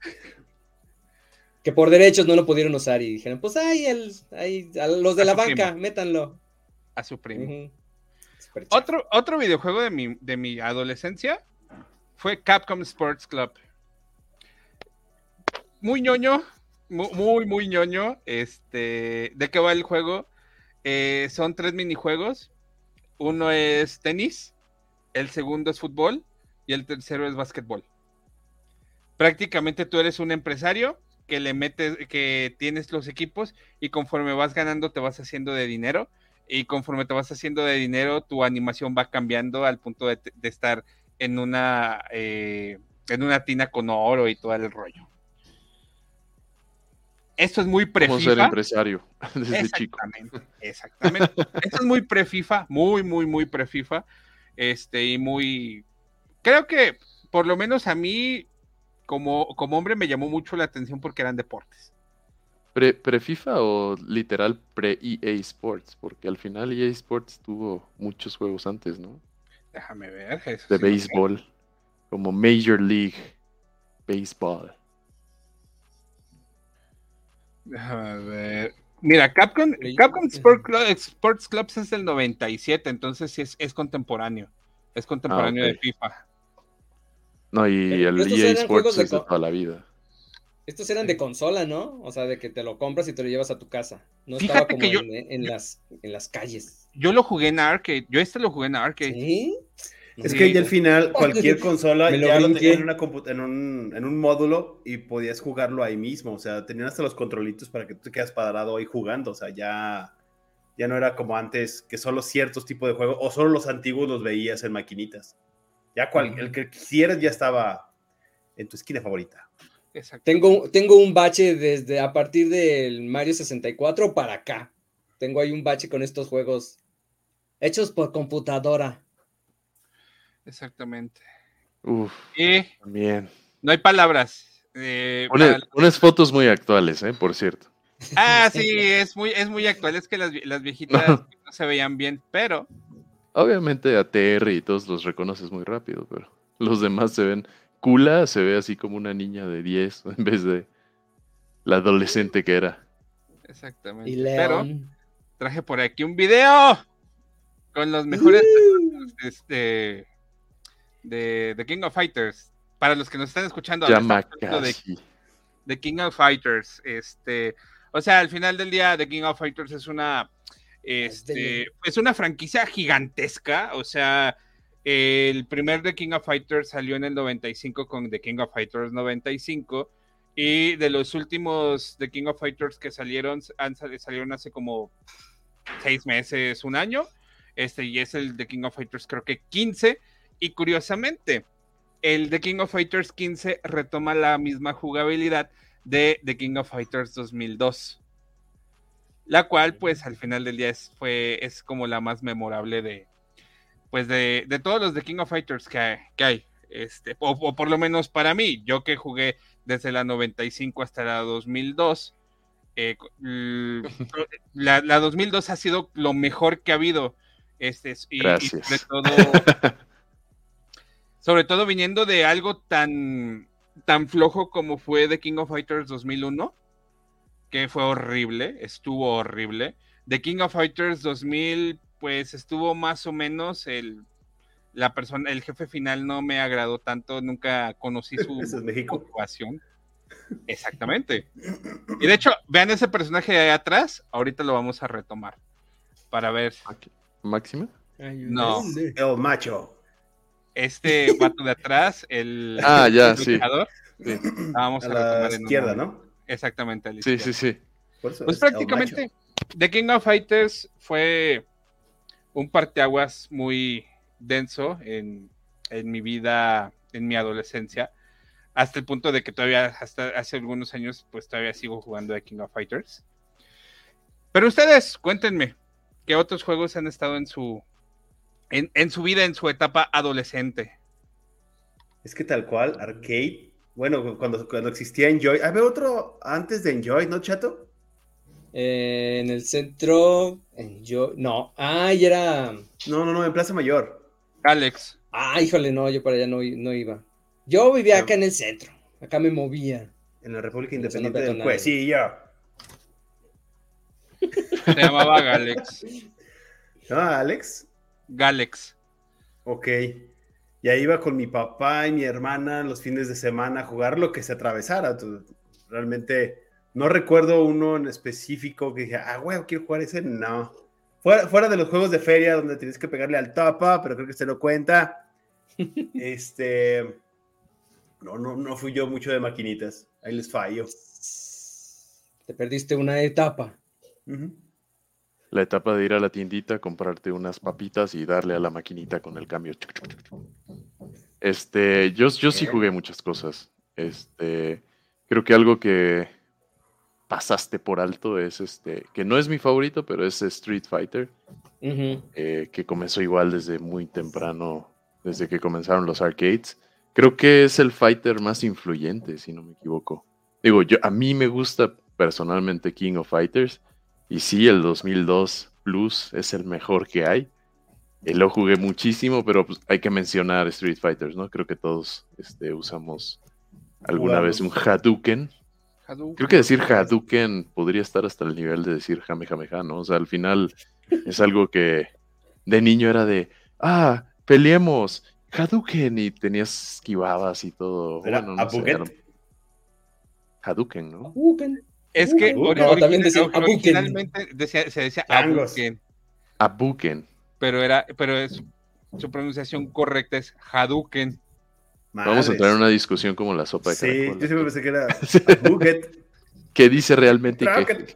Que por derechos no lo pudieron usar y dijeron, pues ahí, el, ahí a los de A la su banca, primo. métanlo. A su primo. Ujú. Súper chafa. Otro, otro videojuego de mi, de mi adolescencia fue Capcom Sports Club. Muy ñoño, muy, muy, muy ñoño. Este, ¿de qué va el juego? Eh, son tres minijuegos. Uno es tenis, el segundo es fútbol y el tercero es básquetbol. Prácticamente tú eres un empresario que le metes, que tienes los equipos y conforme vas ganando te vas haciendo de dinero y conforme te vas haciendo de dinero tu animación va cambiando al punto de, de estar en una eh, en una tina con oro y todo el rollo. Esto es muy Como ser pre-FIFA. empresario desde chico. Exactamente, exactamente. Esto es muy pre-FIFA, muy, muy, muy pre-FIFA. Este, y muy. Creo que, por lo menos a mí, como, como hombre, me llamó mucho la atención porque eran deportes. ¿Pre, ¿Pre-FIFA o literal pre-E A Sports? Porque al final E A Sports tuvo muchos juegos antes, ¿no? Déjame ver. Eso De sí no sé. béisbol, como Major League Baseball. Déjame ver. Mira, Capcom, Capcom Sport Club, Sports Clubs es del noventa y siete, entonces sí es, es contemporáneo. Es contemporáneo Ah, de ok. FIFA. No, y Pero el estos E A eran juegos Sports de es de co- toda la vida. Estos eran de consola, ¿no? O sea, de que te lo compras y te lo llevas a tu casa. No estaba Fíjate como que yo, en, en las, en las calles. yo lo jugué en arcade. Yo este lo jugué en arcade. ¿Sí? Es Sí. que ya al final cualquier consola Me lo ya lo brinqué. tenían en, una compu- en, un, en un módulo y podías jugarlo ahí mismo. O sea, tenían hasta los controlitos para que tú te quedas parado ahí jugando. O sea, ya, ya no era como antes que solo ciertos tipos de juegos o solo los antiguos los veías en maquinitas. Ya cual, el que quisieras ya estaba en tu esquina favorita. Exacto. Tengo, tengo un bache desde a partir del Mario sesenta y cuatro para acá. Tengo ahí un bache con estos juegos hechos por computadora. Exactamente. Uf, Y también. no hay palabras. Eh, Pone- para... Pones fotos muy actuales, ¿eh? Por cierto. Ah, sí, es muy, es muy actual. Es que las, las viejitas no. no se veían bien, pero. Obviamente a T R y todos los reconoces muy rápido, pero los demás se ven. Kula se ve así como una niña de diez en vez de la adolescente que era. Exactamente. Y León. Pero traje por aquí un video con los mejores Uh. este, de, de King of Fighters. Para los que nos están escuchando, Llama de, de King of Fighters. Este, o sea, al final del día, The King of Fighters es una, este, es una franquicia gigantesca. O sea, el primer The King of Fighters salió en el noventa y cinco con The King of Fighters noventa y cinco. Y de los últimos The King of Fighters que salieron, han, salieron hace como seis meses, un año. Este, y es el The King of Fighters, creo que quince. Y curiosamente, el The King of Fighters quince retoma la misma jugabilidad de The King of Fighters dos mil dos. La cual, pues, al final del día es, fue, es como la más memorable de, pues, de, de todos los The King of Fighters que hay. Que hay. Este, o, o por lo menos para mí, yo que jugué desde la noventa y cinco hasta la dos mil dos, eh, la, la dos mil dos ha sido lo mejor que ha habido. Este, y, Gracias. Y sobre todo, sobre todo viniendo de algo tan, tan flojo como fue The King of Fighters dos mil uno, que fue horrible, estuvo horrible. The King of Fighters dos mil, pues estuvo más o menos, el, la persona, el jefe final no me agradó tanto, nunca conocí su ¿Eso es México? motivación. Exactamente. Y de hecho, vean ese personaje de ahí atrás, ahorita lo vamos a retomar para ver. ¿Máxima? No. El macho. Este vato de atrás, el ah, ya, el sí. sí. Vamos a, a, a la retomar izquierda, en ¿no? Exactamente, a la sí, izquierda. sí, sí. Por eso pues es prácticamente The King of Fighters fue un parteaguas muy denso en, en mi vida, en mi adolescencia, hasta el punto de que todavía, hasta hace algunos años, pues todavía sigo jugando The King of Fighters. Pero ustedes, cuéntenme, ¿qué otros juegos han estado en su en, en su vida, en su etapa adolescente? Es que tal cual, arcade. Bueno, cuando, cuando existía Enjoy. ¿Había otro antes de Enjoy, no, chato? Eh, en el centro, en yo, no, ah, y era, No, no, no, en Plaza Mayor. Alex. ah, híjole, no, yo para allá no, i- no iba. Yo vivía No. acá en el centro, acá me movía. En la República En la zona Independiente del peatonal. Cuecillo. Se llamaba Galex. Ah, Alex. Galex. Ok. Y ahí iba con mi papá y mi hermana los fines de semana a jugar lo que se atravesara. Entonces, realmente no recuerdo uno en específico que dije, ah, güey, quiero jugar ese. No. Fuera, fuera de los juegos de feria donde tienes que pegarle al tapa, pero creo que se lo cuenta. Este. No, no, no fui yo mucho de maquinitas. Ahí les fallo. Te perdiste una etapa. Uh-huh. La etapa de ir a la tiendita, comprarte unas papitas y darle a la maquinita con el cambio. Este, yo, yo sí jugué muchas cosas. Este, creo que algo que pasaste por alto es este, que no es mi favorito, pero es Street Fighter, Ujú. eh, que comenzó igual desde muy temprano, desde que comenzaron los arcades. Creo que es el fighter más influyente, si no me equivoco. Digo, yo, a mí me gusta personalmente King of Fighters, y sí, el dos mil dos Plus es el mejor que hay. Eh, lo jugué muchísimo, pero pues, hay que mencionar Street Fighters, ¿no? Creo que todos este, usamos alguna Jugamos. vez un Hadouken. Hadouken. Creo que decir Hadouken podría estar hasta el nivel de decir Jamejameja, ¿no? O sea, al final es algo que de niño era de, ah, peleemos, Hadouken, y tenías esquivabas y todo. Era Bueno, no sé, Abuget. era Hadouken, ¿no? Hadouken. Es que Uh, ori- no, origina- también decían Hadouken. originalmente decía- se decía Changos. Hadouken, Abuken. pero era, pero es, su pronunciación correcta es Hadouken. Vamos a entrar en una discusión como la sopa de Sí, caracol. yo siempre pensé que era Sí. Abuget. ¿Qué dice realmente qué? Rocket.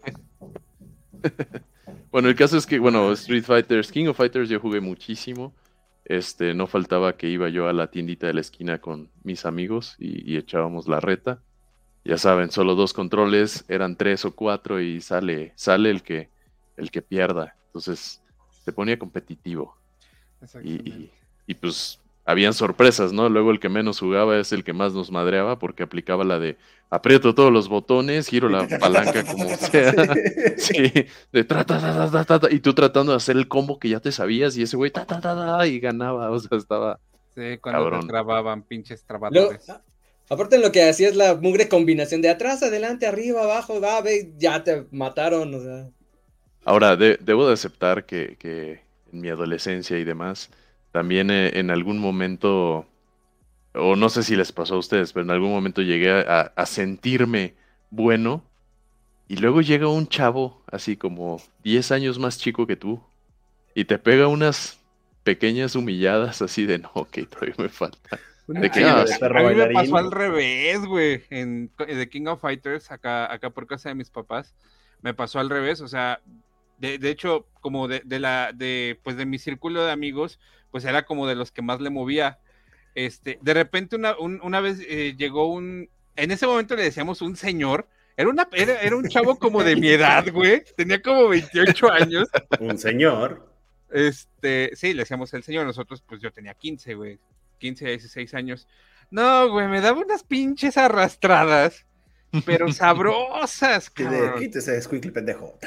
Bueno, el caso es que, bueno, Street Fighters, King of Fighters yo jugué muchísimo. Este, no faltaba que iba yo a la tiendita de la esquina con mis amigos y, y echábamos la reta. Ya saben, solo dos controles, eran tres o cuatro y sale, sale el que, el que pierda. Entonces, se ponía competitivo. Y, y, y pues habían sorpresas, ¿no? Luego el que menos jugaba es el que más nos madreaba porque aplicaba la de aprieto todos los botones, giro la palanca como sea. Sí, de tra, ta, ta, ta, ta, ta, y tú tratando de hacer el combo que ya te sabías y ese güey ta, ta, ta, ta, y ganaba, o sea, estaba... Sí, cuando Cabrón. te trababan, pinches Luego, trabadores. a- aparte en lo que hacía es la mugre combinación de atrás, adelante, arriba, abajo, va, ve, ya te mataron, o sea. Ahora, de- debo de aceptar que, que en mi adolescencia y demás, también eh, en algún momento, o no sé si les pasó a ustedes, pero en algún momento llegué a, a sentirme bueno, y luego llega un chavo así como diez años más chico que tú, y te pega unas pequeñas humilladas así de, no, ok, todavía me falta. Una De que, chinga ah, de sí. perro A mí me bailarín. pasó al revés, güey. En The King of Fighters, acá, acá por casa de mis papás, me pasó al revés. O sea, de, de hecho, como de, de la, de, pues de mi círculo de amigos, pues era como de los que más le movía. Este, de repente una, un- una vez eh, llegó un, en ese momento le decíamos un señor. Era, una, era, era un chavo como de mi edad, güey. Tenía como veintiocho años. Un señor. Este, sí, le decíamos el señor, nosotros, pues yo tenía quince, güey, quince, dieciséis años. No, güey, me daba unas pinches arrastradas, pero sabrosas, Que de, cabrón. quítese, escuincle pendejo.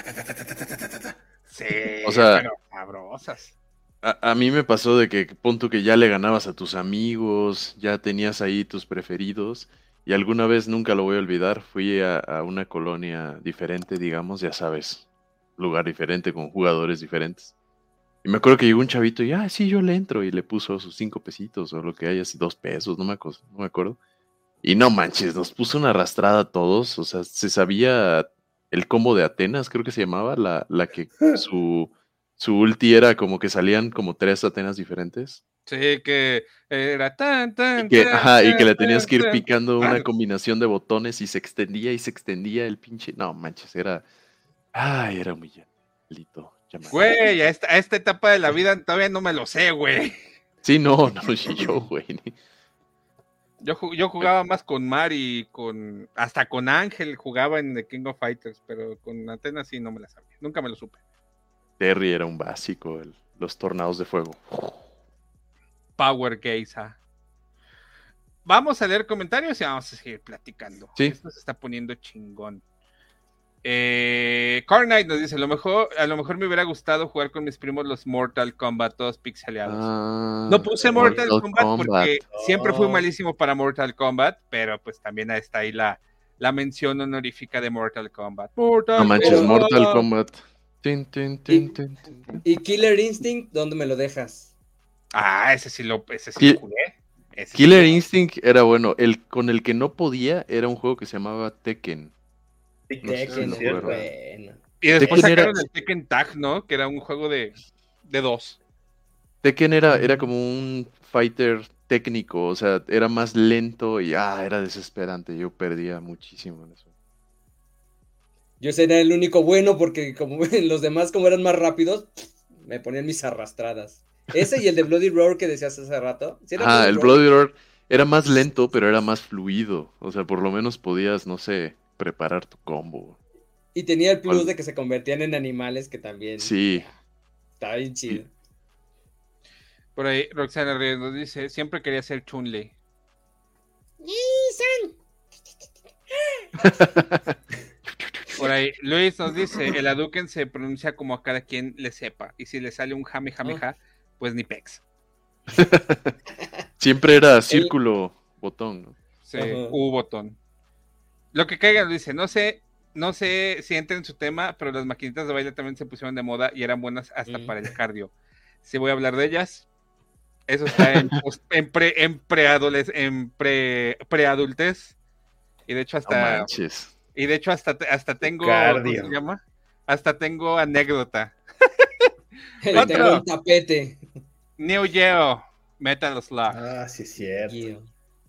Sí, O sea- pero sabrosas. A, a mí me pasó de que punto que ya le ganabas a tus amigos, ya tenías ahí tus preferidos, y alguna vez nunca lo voy a olvidar, fui a, a una colonia diferente, digamos, ya sabes, lugar diferente, con jugadores diferentes. Y me acuerdo que llegó un chavito y, ah, sí, yo le entro, y le puso sus cinco pesitos, o lo que haya, así, dos pesos, no me, acuerdo, no me acuerdo. Y no manches, nos puso una arrastrada a todos, o sea, se sabía el combo de Atenas, creo que se llamaba, la, la que su... Su ulti era como que salían como tres Atenas diferentes. Sí, que era tan, tan, Y que, tan, ajá, y que le tan, tenías que ir tan. picando una combinación de botones y se extendía y se extendía el pinche. No manches, era. Ay, era humillante. Lito, chamaco. Güey, a esta, a esta etapa de la vida todavía no me lo sé, güey. Sí, no, no, sí, yo, güey. ni- Yo, ju- yo jugaba más con Mari, con, hasta con Ángel jugaba en The King of Fighters, pero con Atenas sí no me la sabía, nunca me lo supe. Terry era un básico, el- los tornados de fuego. Power Geisa. Vamos a leer comentarios y vamos a seguir platicando. Sí. Esto se está poniendo chingón. Eh, Car Knight nos dice, a lo mejor, a lo mejor me hubiera gustado jugar con mis primos los Mortal Kombat, todos pixeleados. Ah, no puse Mortal, Mortal Kombat, Kombat. porque Oh. siempre fui malísimo para Mortal Kombat, pero pues también está ahí la, la mención honorífica de Mortal Kombat. Mortal No manches, Pero- Mortal Kombat. Tin, tin, tin, tin, tin. ¿Y Killer Instinct, dónde me lo dejas? Ah, ese sí lo, ese sí Ki- lo jugué. Ese sí Killer lo- Instinct era bueno. El con el que no podía era un juego que se llamaba Tekken. No sé si Tekken, lo muy jugaron. bueno. Y después Tekken era- sacaron el Tekken Tag, ¿no? Que era un juego de, de dos. Tekken era, era Mm. como un fighter técnico, o sea, era más lento y ah, era desesperante. Yo perdía muchísimo en eso. Yo ese era el único bueno porque como los demás como eran más rápidos, me ponían mis arrastradas. Ese y el de Bloody Roar que decías hace rato. ¿Sí era Ah, el Roar? Bloody Roar era más lento, pero era más fluido. O sea, por lo menos podías, no sé, preparar tu combo. Y tenía el plus ¿Cuál? de que se convertían en animales que también Sí. estaba bien chido. Por ahí Roxana Reyes nos dice, siempre quería ser Chun-Li. Por ahí Luis nos dice, el Hadouken se pronuncia como a cada quien le sepa. Y si le sale un jame jame ja, pues ni pex. Siempre era círculo, botón, ¿no? Sí, Ajá. U botón. Lo que caiga lo dice, no sé, no sé si entra en su tema, pero las maquinitas de baile también se pusieron de moda y eran buenas hasta Mm. para el cardio. Si voy a hablar de ellas, eso está en, post- en pre en preadoles- en pre preadultez. Y de hecho No hasta manches. y de hecho hasta hasta tengo Cardio. ¿cómo se llama? Hasta tengo anécdota. Tengo Otro. un tapete. Neo Geo Metal Slug. Ah, sí, es cierto. Yeah.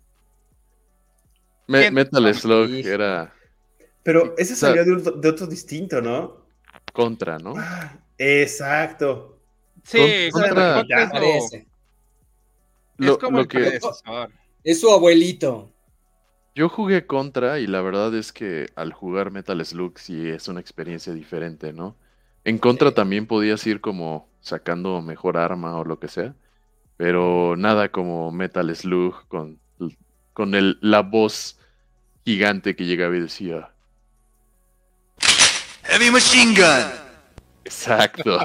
Me- ¿Quién? Metal Slug Hijo. era Pero ese O sea- salió de otro, de otro distinto, ¿no? contra, ¿no? Ah, exacto. Sí, Con- contra, contra- contra es, lo- Parece. es Lo, como lo el que predecesor. Es su abuelito. yo jugué contra y la verdad es que al jugar Metal Slug sí es una experiencia diferente, ¿no? En contra Sí. también podías ir como sacando mejor arma o lo que sea, pero nada como Metal Slug con, con el, la voz gigante que llegaba y decía. Heavy Machine Gun. Exacto.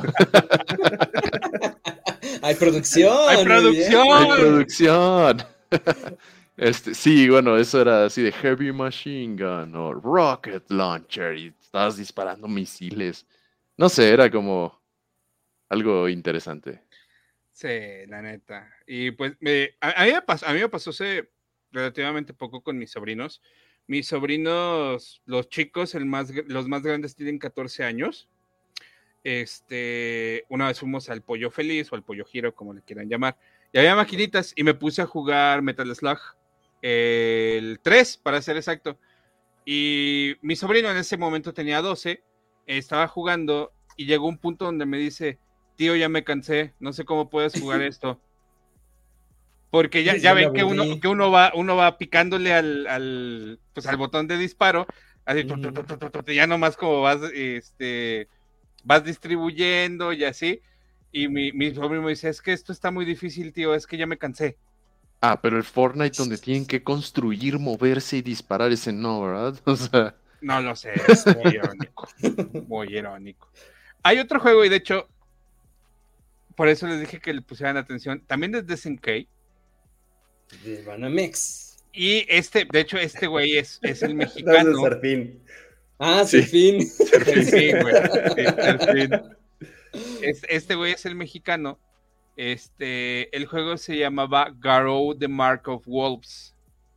Hay producción. ¡Hay muy bien. producción! ¡Hay producción! Este, sí, bueno, eso era así de Heavy Machine Gun o Rocket Launcher y estabas disparando misiles. No sé, era como algo interesante. Sí, la neta. Y pues me, a, a mí me pasó, a mí me pasó hace relativamente poco con mis sobrinos. Mis sobrinos, los chicos, el más, gr- los más grandes tienen catorce años. Este, una vez fuimos al Pollo Feliz o al Pollo Giro, como le quieran llamar. Y había maquinitas y me puse a jugar Metal Slug, el tres para ser exacto. Y mi sobrino en ese momento tenía doce, estaba jugando y llegó un punto donde me dice, tío, ya me cansé, no sé cómo puedes jugar esto. Porque ya, Sí, ya ya me ven que uno, aburrí. que uno va, uno va picándole al, al, pues al botón de disparo, así, tu, tu, Ujú. tu, tu, tu, tu, ya nomás como vas, este, vas distribuyendo y así. Y mi, mi sobrino me dice, es que esto está muy difícil, tío, es que ya me cansé. Ah, pero el Fortnite donde tienen que construir, moverse y disparar, ese no, ¿verdad? O sea, No lo sé, es muy irónico, muy irónico. Hay otro juego y de hecho, por eso les dije que le pusieran atención, también es de S N K. De Banamex. Y este, de hecho, este güey es, es el No, es mexicano. de Serfín. Ah, Sí. Serfín. Sí, sí, güey. Sí, al fin. Es- este güey es el mexicano. Este, el juego se llamaba Garou The Mark of Wolves.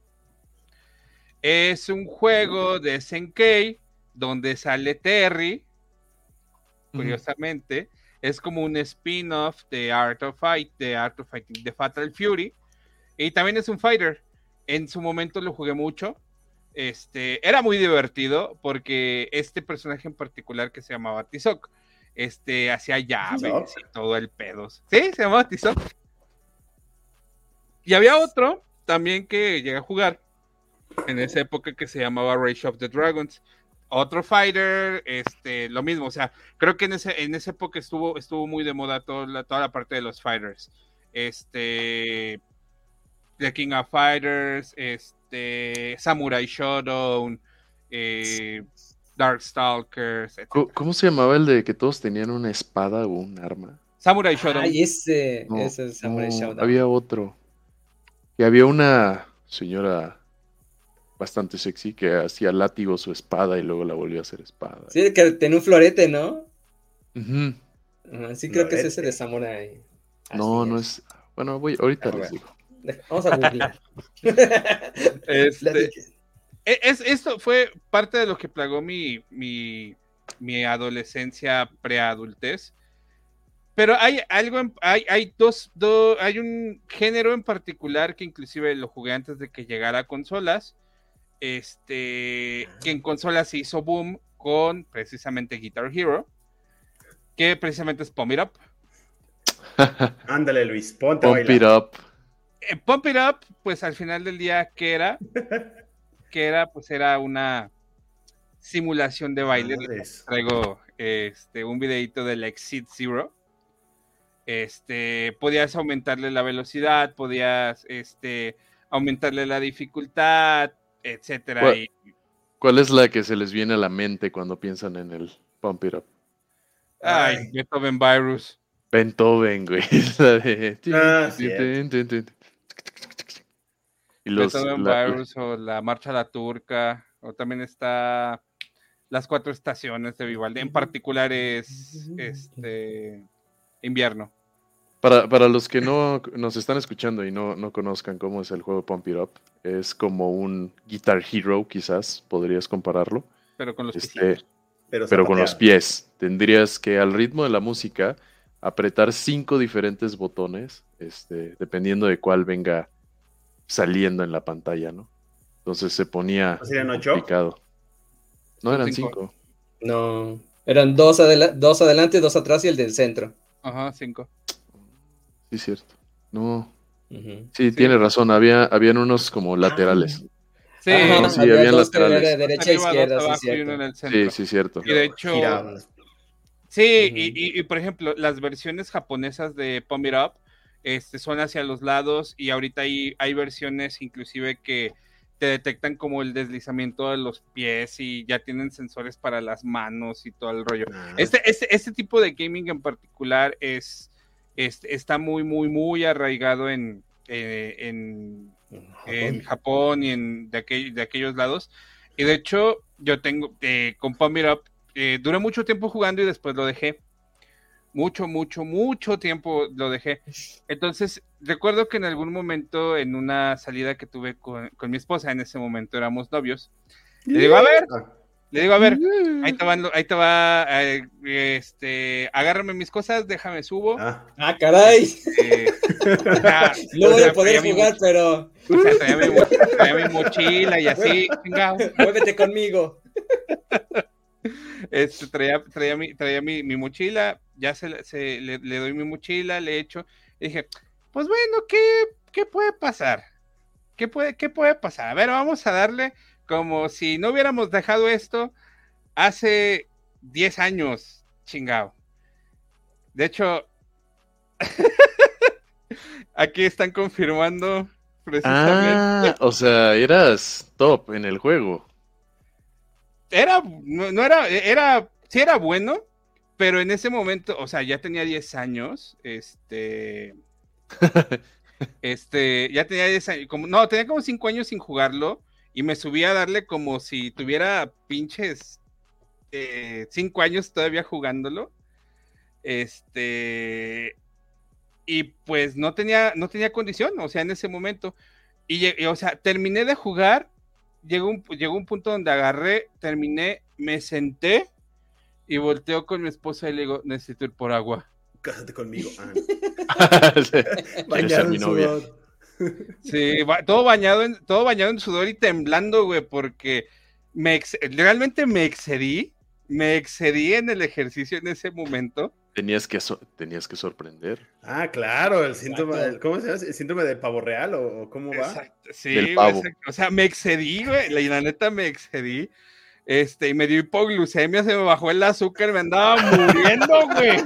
Es un juego de S N K donde sale Terry, curiosamente. Es como un spin-off de Art of Fight, de Art of Fighting, de Fatal Fury. Y también es un fighter. En su momento lo jugué mucho. Este, era muy divertido porque este personaje en particular que se llamaba Tizoc, este, hacía llaves ¿Tizoc? y todo el pedo. Sí, se llamaba Tizoc. Y había otro también que llegué a jugar en esa época que se llamaba Rage of the Dragons. Otro fighter, este, lo mismo, o sea, creo que en, ese, en esa época estuvo, estuvo muy de moda toda la, toda la parte de los fighters. Este, The King of Fighters, este, Samurai Shodown, eh, Darkstalkers, etcétera. ¿Cómo, cómo se llamaba el de que todos tenían una espada o un arma? Samurai Shodown. Ay, ese, No, ese es Samurai no, Shodown. había otro. Y había una señora bastante sexy que hacía látigo su espada y luego la volvió a hacer espada. Sí, que tenía un florete, ¿no? Ujú. Ajá, sí, creo que es ese Florete. de Samurai. No, Así no es. Bueno, voy, ahorita A les ver. digo. Deja- Vamos a googlear. Este, e- es, esto fue parte de lo que plagó mi, mi, mi adolescencia preadultez. Pero hay algo, en- hay, hay dos, do- hay un género en particular que inclusive lo jugué antes de que llegara a consolas, este, que en consolas se hizo boom con precisamente Guitar Hero, que precisamente es Pump It Up. Ándale, Luis, ponte a Pump it bailar. up. Eh, Pump It Up, pues al final del día, ¿qué era? Que era, pues era una simulación de baile. Madres. Traigo este, un videito del Exit Zero. Este, podías aumentarle la velocidad, podías este, aumentarle la dificultad, etcétera. ¿Cuál? Y, ¿Cuál es la que se les viene a la mente cuando piensan en el Pump It Up? ay, Ay. Beethoven Virus. Beethoven, güey. La de- Ah, Y los, Beethoven la- la- Virus o la Marcha a la Turca, o también está las cuatro estaciones de Vivaldi. En particular es este invierno. Para, para los que no nos están escuchando y no, no conozcan cómo es el juego Pump It Up, es como un Guitar Hero, quizás, podrías compararlo, Pero con los este, pisitos. Pero, pero con los zapateado. pies. Tendrías que al ritmo de la música apretar cinco diferentes botones, este, dependiendo de cuál venga saliendo en la pantalla, ¿no? Entonces se ponía ¿No serían ocho? complicado. No, Son eran cinco. cinco. No, eran dos, adela- dos adelante, dos atrás y el del centro. Ajá, cinco. Sí, cierto. No, Ujú. sí, Sí. tiene razón. Había, habían unos como laterales. Sí, Ajá, no, sí, había habían dos que era laterales. de derecha a arriba, dos izquierda, sí, abajo y uno cierto. en el centro. Sí, sí, cierto. Y de hecho, Giraban. sí, Ujú. y, y- y, por ejemplo, las versiones japonesas de Pump It Up este, son hacia los lados y ahorita hay, hay versiones inclusive que te detectan como el deslizamiento de los pies y ya tienen sensores para las manos y todo el rollo. Ah. Este, este, este tipo de gaming en particular es, es- está muy, muy, muy arraigado en, eh, en, en Japón y en de, aquel- de aquellos lados. Y de hecho, yo tengo, eh, con Pump It Up, eh, duré mucho tiempo jugando y después lo dejé. Mucho, mucho, mucho tiempo lo dejé. Entonces, recuerdo que en algún momento, en una salida que tuve con, con mi esposa, en ese momento éramos novios, le digo, a ver, Ah, le digo, a ver, ahí te, van lo- ahí te va, eh, este, agárrame mis cosas, déjame subo. ah. Ah, caray. eh, o sea, No o voy sea, a poder traía mi jugar, moch- pero o sea, traía mi, mo- traía mi mochila y así, chingado. muévete conmigo. Este, traía, traía, mi, traía mi, mi mochila, ya se, la- se le, le doy mi mochila, le echo, y dije, pues bueno, ¿qué, qué puede pasar? ¿Qué puede, ¿Qué puede pasar? A ver, vamos a darle como si no hubiéramos dejado esto hace diez años, chingado. De hecho, aquí están confirmando precisamente. Ah, o sea, eras top en el juego. Era, no, no era, era, sí era bueno, pero en ese momento, o sea, ya tenía diez años, este, este, ya tenía diez años, como, no, tenía como cinco años sin jugarlo, y me subí a darle como si tuviera pinches eh, cinco años todavía jugándolo, este, y pues no tenía, no tenía condición, o sea, en ese momento, y, y o sea, terminé de jugar. Llegó un, llegó un punto donde agarré, terminé, me senté y volteo con mi esposa y le digo, necesito ir por agua. Cásate conmigo. Ah. Quiero ser mi novia. sudor. Sí, ba- todo bañado en, todo bañado en sudor y temblando, güey, porque me ex- realmente me excedí, me excedí en el ejercicio en ese momento. Tenías que, so- tenías que sorprender. Ah, claro, el síntoma, Exacto. el- ¿cómo se llama? ¿El síndrome de pavo real o, o cómo va? Exacto, sí, Del güey, pavo. exacto. O sea, me excedí, güey, la, y la neta me excedí. Este, y me dio hipoglucemia, se me bajó el azúcar, me andaba muriendo, güey.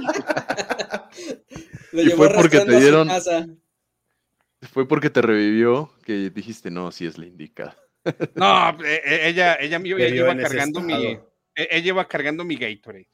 Lo Y llevó fue porque arrastrando te a su dieron- casa. Fue porque te revivió que dijiste, no, sí es la indicada. No, eh, eh, ella, ella me iba, Te vio iba en ese cargando mi, estado. Ella iba cargando mi Gatorade.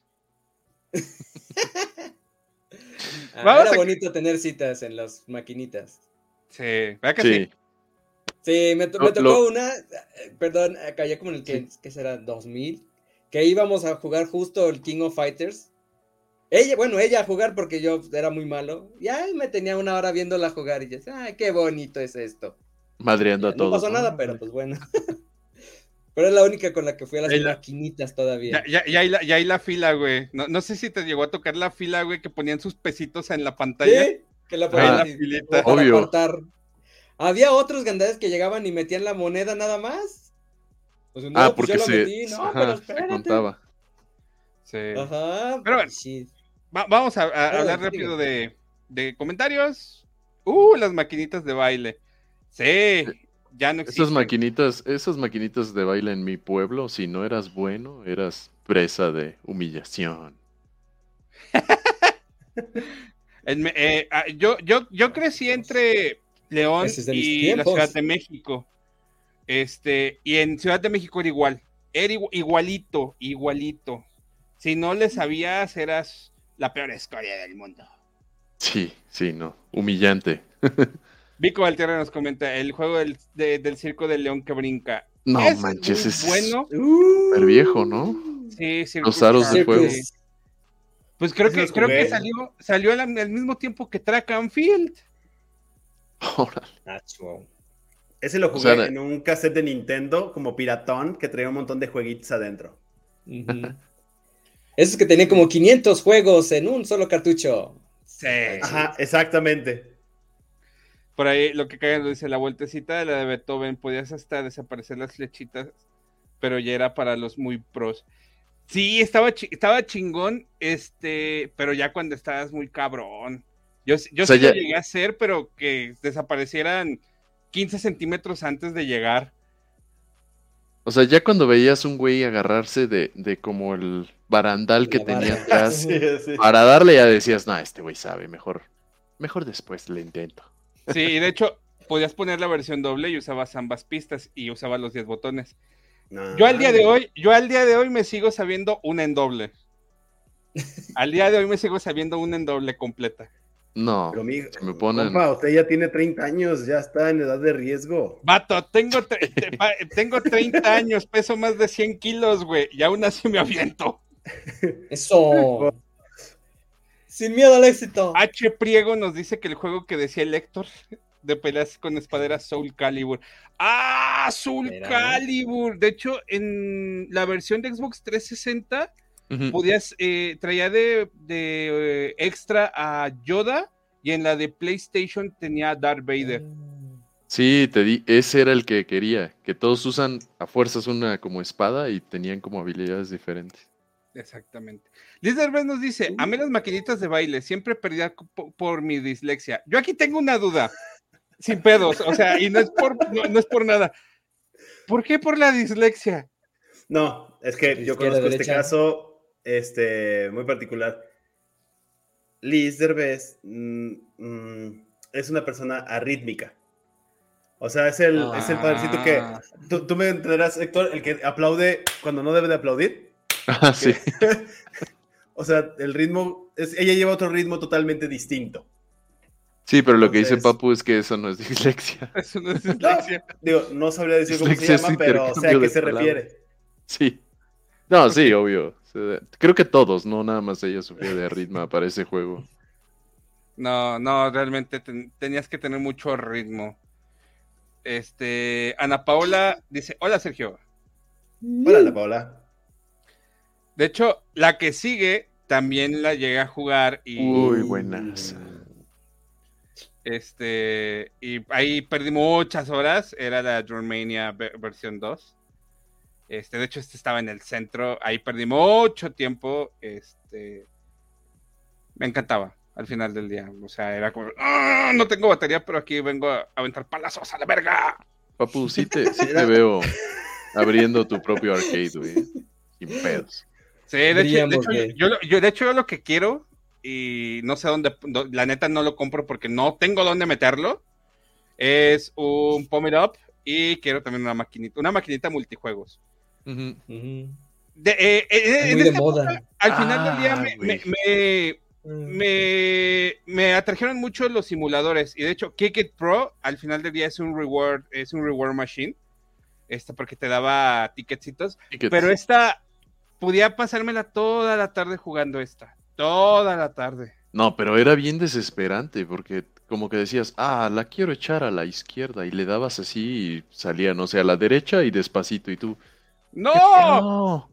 Ah, era bonito a... tener citas en las maquinitas. Sí, ¿verdad que sí? Sí, sí me, to- me tocó lo... una, perdón, acá ya como en el que, sí. ¿qué será? dos mil, que íbamos a jugar justo el King of Fighters. Ella, bueno, ella a jugar porque yo era muy malo. Y ahí me tenía una hora viéndola jugar y yo decía, ay, qué bonito es esto. Madreando ya, a todos. No pasó ¿no? nada, pero pues bueno. Pero es la única con la que fui a las la, maquinitas todavía. Ya, ya, ya, hay la, ya hay la fila, güey. No, no sé si te llegó a tocar la fila, güey, que ponían sus pesitos en la pantalla. Sí, que la ponían ah, la filita. Obvio. Apartar. Había otros gandades que llegaban y metían la moneda nada más. Pues, no, ah, pues porque yo se, lo metí, no, ajá, pero espérate. se contaba. Sí. Ajá. Pero bueno, sí. va, vamos a, a Pero, hablar rápido de, de comentarios. Uh, las maquinitas de baile. Sí. Ya no existen. Esas maquinitas, esas maquinitas de baile en mi pueblo, si no eras bueno, eras presa de humillación. en, eh, yo, yo, yo crecí entre León y la Ciudad de México. Este, y en Ciudad de México era igual. Era igualito, igualito. Si no le sabías, eras la peor escoria del mundo. Sí, sí, no. Humillante. Vico Valtierra nos comenta, el juego del, de, del circo del león que brinca. No es manches, es bueno. Súper viejo, ¿no? Sí, sí. Los aros de fuego. Sí. Pues creo que, creo que salió, salió al, al mismo tiempo que Track and Field. Órale. Ese lo jugué o sea, en un cassette de Nintendo como piratón que traía un montón de jueguitos adentro. Uh-huh. Esos que tenía como quinientos juegos en un solo cartucho. Sí. Ajá, exactamente. Por ahí lo que cae dice, la vueltecita de la de Beethoven, podías hasta desaparecer las flechitas, pero ya era para los muy pros. Sí, estaba, ch- estaba chingón, este, pero ya cuando estabas muy cabrón. Yo, yo o sea, sí ya... lo llegué a hacer, pero que desaparecieran quince centímetros antes de llegar. O sea, ya cuando veías un güey agarrarse de, de como el barandal la que barra. tenía atrás, sí, sí. para darle ya decías, no, este güey sabe, mejor, mejor después le intento. Sí, y de hecho, podías poner la versión doble y usabas ambas pistas y usabas los diez botones. No. Yo al día de hoy, yo al día de hoy me sigo sabiendo una en doble. Al día de hoy me sigo sabiendo una en doble completa. No, pero mi, me ponen... compa, usted ya tiene treinta años, ya está en edad de riesgo. Vato, tengo, tre- tengo treinta años, peso más de cien kilos, güey, y aún así me aviento. Eso... Sin miedo al éxito. H. Priego nos dice que el juego que decía el Héctor de peleas con espadera Soul Calibur. ¡Ah! Soul ¿Era? Calibur. De hecho, en la versión de Xbox trescientos sesenta uh-huh. podías, eh, traía de, de eh, extra a Yoda y en la de PlayStation tenía a Darth Vader. Sí, te di, ese era el que quería, que todos usan a fuerzas una como espada y tenían como habilidades diferentes. Exactamente. Liz Derbez nos dice, a mí las maquinitas de baile siempre perdía por, por mi dislexia. Yo aquí tengo una duda, sin pedos, o sea, y no es por, no, no es por nada. ¿Por qué por la dislexia? No, es que yo conozco este caso este, muy particular. Liz Derbez mm, mm, es una persona arrítmica. O sea, es el, ah. es el padrecito que... Tú, tú me entenderás, Héctor, el que aplaude cuando no debe de aplaudir. Ah, sí. O sea, el ritmo, es, ella lleva otro ritmo totalmente distinto. Sí, pero lo Entonces, que dice Papu es que eso no es dislexia. Eso no es dislexia. No, digo, no sabría decir dislexia cómo se llama, pero sé a qué se palabras. refiere. Sí. No, okay. sí, obvio. Creo que todos, no nada más ella sufría de ritmo para ese juego. No, no, realmente ten, tenías que tener mucho ritmo. Este, Ana Paola dice, hola Sergio. Hola Ana Paola. De hecho, la que sigue también la llegué a jugar y... Uy, buenas. Este, y ahí perdí muchas horas, era la Dronmania versión dos. Este, de hecho, este estaba en el centro, ahí perdí mucho tiempo, este... Me encantaba al final del día, o sea, era como... ¡Oh, no tengo batería, pero aquí vengo a aventar palazos a la verga! Papu, sí te, sí te veo abriendo tu propio arcade, güey, sin pedos. Sí, de hecho, de, hecho, yo, yo, de hecho, yo lo que quiero, y no sé dónde, la neta no lo compro porque no tengo dónde meterlo, es un Pump It Up y quiero también una maquinita, una maquinita multijuegos. Uh-huh. Uh-huh. De, eh, eh, Muy en de esta moda. época, al final del día Ah, me, güey. me, me, me, me atrajeron mucho los simuladores. Y de hecho, Kick It Pro al final del día es un reward, es un reward machine. Esta porque te daba ticketcitos. Tickets. Pero esta podía pasármela toda la tarde jugando esta. Toda la tarde. No, pero era bien desesperante porque como que decías, ah, la quiero echar a la izquierda y le dabas así y salía, no sé, a la derecha y despacito y tú, ¡No! no.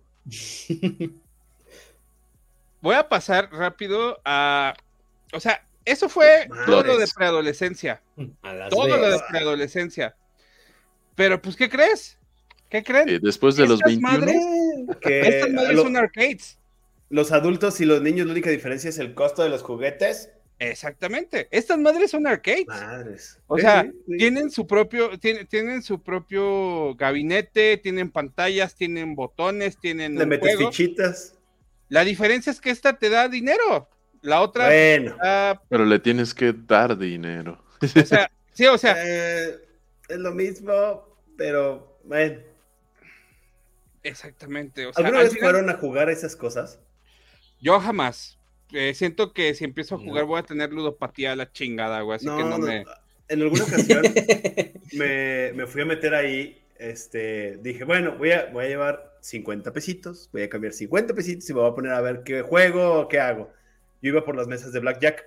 Voy a pasar rápido a... O sea, eso fue Madres. todo lo de preadolescencia. A Las Todo lo de Vegas. preadolescencia. Pero, pues, ¿qué crees? ¿Qué creen? Eh, después de los Estas veintiuno, madres- Que Estas madres lo- son arcades. los adultos y los niños, la única diferencia es el costo de los juguetes. Exactamente. Estas madres son arcades. Madres. O Sí, sea, sí, sí. tienen su propio, tienen, tienen su propio gabinete, tienen pantallas, tienen botones, tienen Le un metes juego. fichitas. La diferencia es que esta te da dinero. La otra, Bueno. ah, pero le tienes que dar dinero. o sea, sí, o sea, Eh, es lo mismo, pero bueno. exactamente. O sea, ¿Alguna al vez final- fueron a jugar esas cosas? Yo jamás. Eh, siento que si empiezo a jugar No. voy a tener ludopatía a la chingada, güey. Así No, que no, no. me. En alguna ocasión me, me fui a meter ahí. Este, dije, bueno, voy a, voy a llevar cincuenta pesitos, voy a cambiar cincuenta pesitos y me voy a poner a ver qué juego o qué hago. Yo iba por las mesas de Blackjack,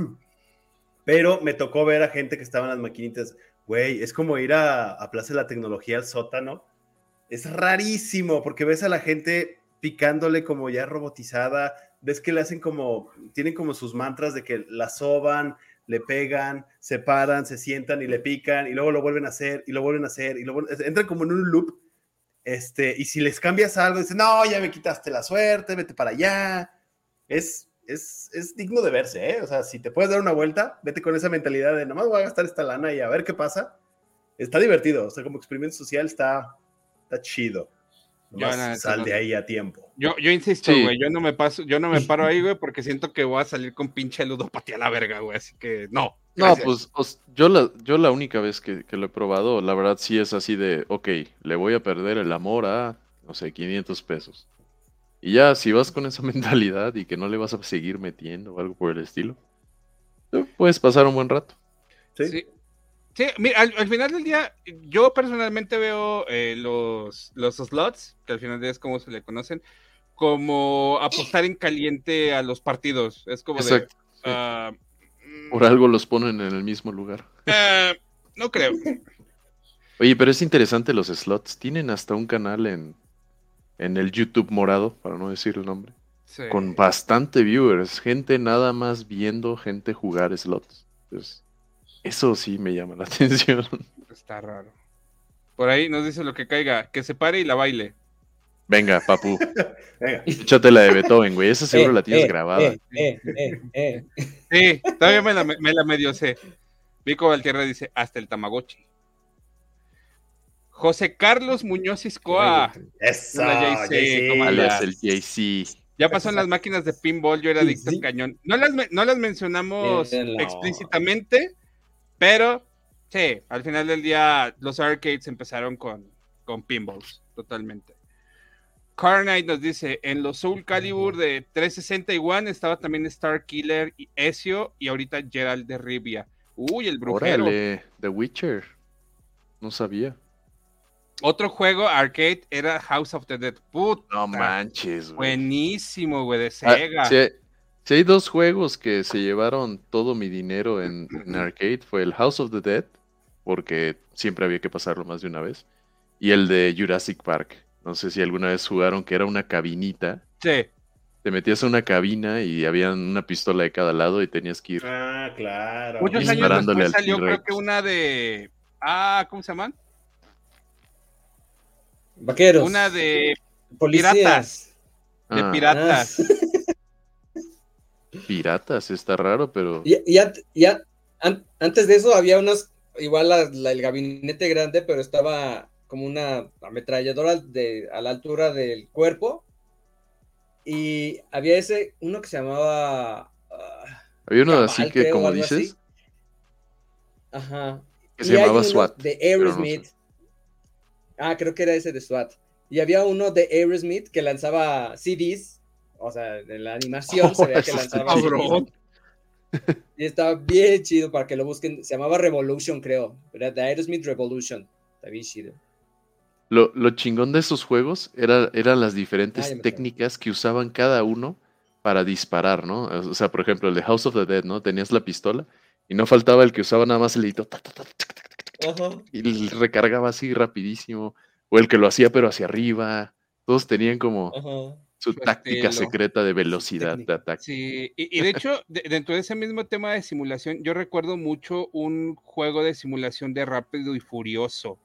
pero me tocó ver a gente que estaba en las maquinitas. Güey, es como ir a, a Plaza de la Tecnología al sótano. Es rarísimo porque ves a la gente picándole como ya robotizada. Ves que le hacen como, tienen como sus mantras de que la soban, le pegan, se paran, se sientan y le pican y luego lo vuelven a hacer y lo vuelven a hacer y lo vuelven, entran como en un loop. Este, y si les cambias algo, dicen, no, ya me quitaste la suerte, vete para allá. Es, es, es digno de verse, ¿eh? O sea, si te puedes dar una vuelta, vete con esa mentalidad de nomás voy a gastar esta lana y a ver qué pasa. Está divertido, o sea, como experimento social está, está chido. Yo, Nomás la neta, sal no. de ahí a tiempo. Yo, yo insisto, Sí. güey, yo no me paso, yo no me paro ahí, güey, porque siento que voy a salir con pinche ludopatía a la verga, güey. Así que no. No, gracias. pues os- yo, la, yo la única vez que, que lo he probado, la verdad sí es así de, ok, le voy a perder el amor a, no sé, quinientos pesos. Y ya, si vas con esa mentalidad y que no le vas a seguir metiendo o algo por el estilo, eh, puedes pasar un buen rato. Sí. Sí. Sí, mira, al, al final del día, yo personalmente veo eh, los, los slots, que al final del día es como se le conocen, como apostar en caliente a los partidos. Es como Exacto. de. ah, mm, Por algo los ponen en el mismo lugar. ah, no creo. Oye, pero es interesante los slots. Tienen hasta un canal en, en el YouTube morado, para no decir el nombre, Sí. con bastante viewers. Gente nada más viendo gente jugar slots. Entonces, eso sí me llama la atención. Está raro. Por ahí nos dice lo que caiga, que se pare y la baile. Venga, papu, Venga. échate la de Beethoven, güey. Esa seguro Eh, la tienes eh, grabada. eh, eh, eh, eh. Sí, todavía me la, me la medio sé. Vico Valtierra dice, hasta el Tamagotchi. José Carlos Muñoz Iscoa. Eso, Hola, Jay-Z, Jay-Z. ¿cómo andas? Alias el Jay-Z. Ya pasó en las máquinas de pinball, yo era Sí, adicto sí. al cañón. No las, me- no las mencionamos Mírenlo. explícitamente, pero sí, al final del día los arcades empezaron con, con pinballs, totalmente. Carnite nos dice, en los Soul Calibur de trescientos sesenta y uno estaba también Star Killer y Ezio, y ahorita Gerald de Rivia. Uy, el brujero. Órale, The Witcher. No sabía. Otro juego arcade era House of the Dead. Puta, No manches, güey. buenísimo, güey, de Ah, Sega. si, hay, si hay dos juegos que se llevaron todo mi dinero en, en arcade, fue el House of the Dead, porque siempre había que pasarlo más de una vez, y el de Jurassic Park. No sé si alguna vez jugaron, que era una cabinita. Sí. Te metías a una cabina y había una pistola de cada lado y tenías que ir. Ah, claro. Muchos años Disparándole después al salió T-Rex. creo que una de... Ah, ¿cómo se llaman? Vaqueros. Una de policías. piratas. De Ah, piratas. piratas, está raro, pero... Y, y an- y an- an- antes de eso había unos, igual la- la- el gabinete grande, pero estaba como una ametralladora de, a la altura del cuerpo. Y había ese, uno que se llamaba... ah, Había uno Cabal, así que, creo, como algo dices, así. Ajá. que Y se hay llamaba uno SWAT. de pero no sé. Aerosmith. Ah, creo que era ese de SWAT. Y había uno de Aerosmith que lanzaba C Ds, o sea, en la animación oh, se veía que lanzaba C Ds. Y estaba bien chido para que lo busquen. Se llamaba Revolution, creo. Era de Aerosmith Revolution. Está bien chido. Lo, lo chingón de esos juegos era, eran las diferentes ah, técnicas que usaban cada uno para disparar, ¿no? O sea, por ejemplo, el de House of the Dead, ¿no? Tenías la pistola y no faltaba el que usaba nada más el dedito uh-huh. y recargaba así rapidísimo. O el que lo hacía pero hacia arriba. Todos tenían como uh-huh. su, su táctica estilo. secreta de velocidad de ataque. Sí, y, y de hecho, de, dentro de ese mismo tema de simulación, yo recuerdo mucho un juego de simulación de Rápido y Furioso.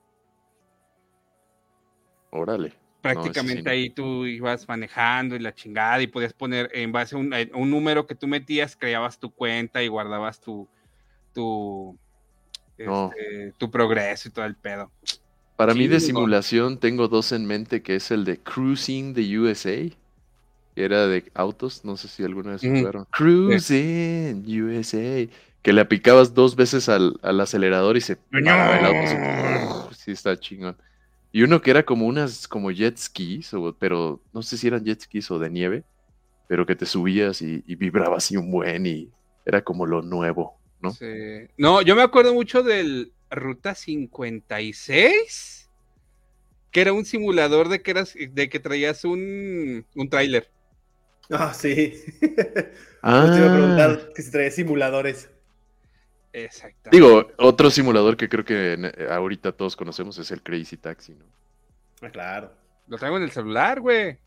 Órale. Prácticamente no, sí, ahí no. Tú ibas manejando y la chingada y podías poner en base a un, a un número que tú metías, creabas tu cuenta y guardabas tu tu, no. este, tu progreso y todo el pedo. Para sí, mí de simulación no. tengo dos en mente, que es el de Cruising the U S A, que era de autos, no sé si alguna vez Mm. jugaron. Cruising sí. U S A, que le aplicabas dos veces al, al acelerador y se paraba el auto. Sí, está chingón. Y uno que era como unas, como jet skis, o, pero no sé si eran jet skis o de nieve, pero que te subías y, y vibrabas así un buen y era como lo nuevo, ¿no? Sí. No, yo me acuerdo mucho del Ruta cincuenta y seis, que era un simulador de que, eras, de que traías un, un tráiler. Ah, sí. Ah. Yo te iba a preguntar que si traía simuladores. Exactamente. Digo, otro simulador que creo que ahorita todos conocemos es el Crazy Taxi, ¿no? Ah, claro. Lo traigo en el celular, güey.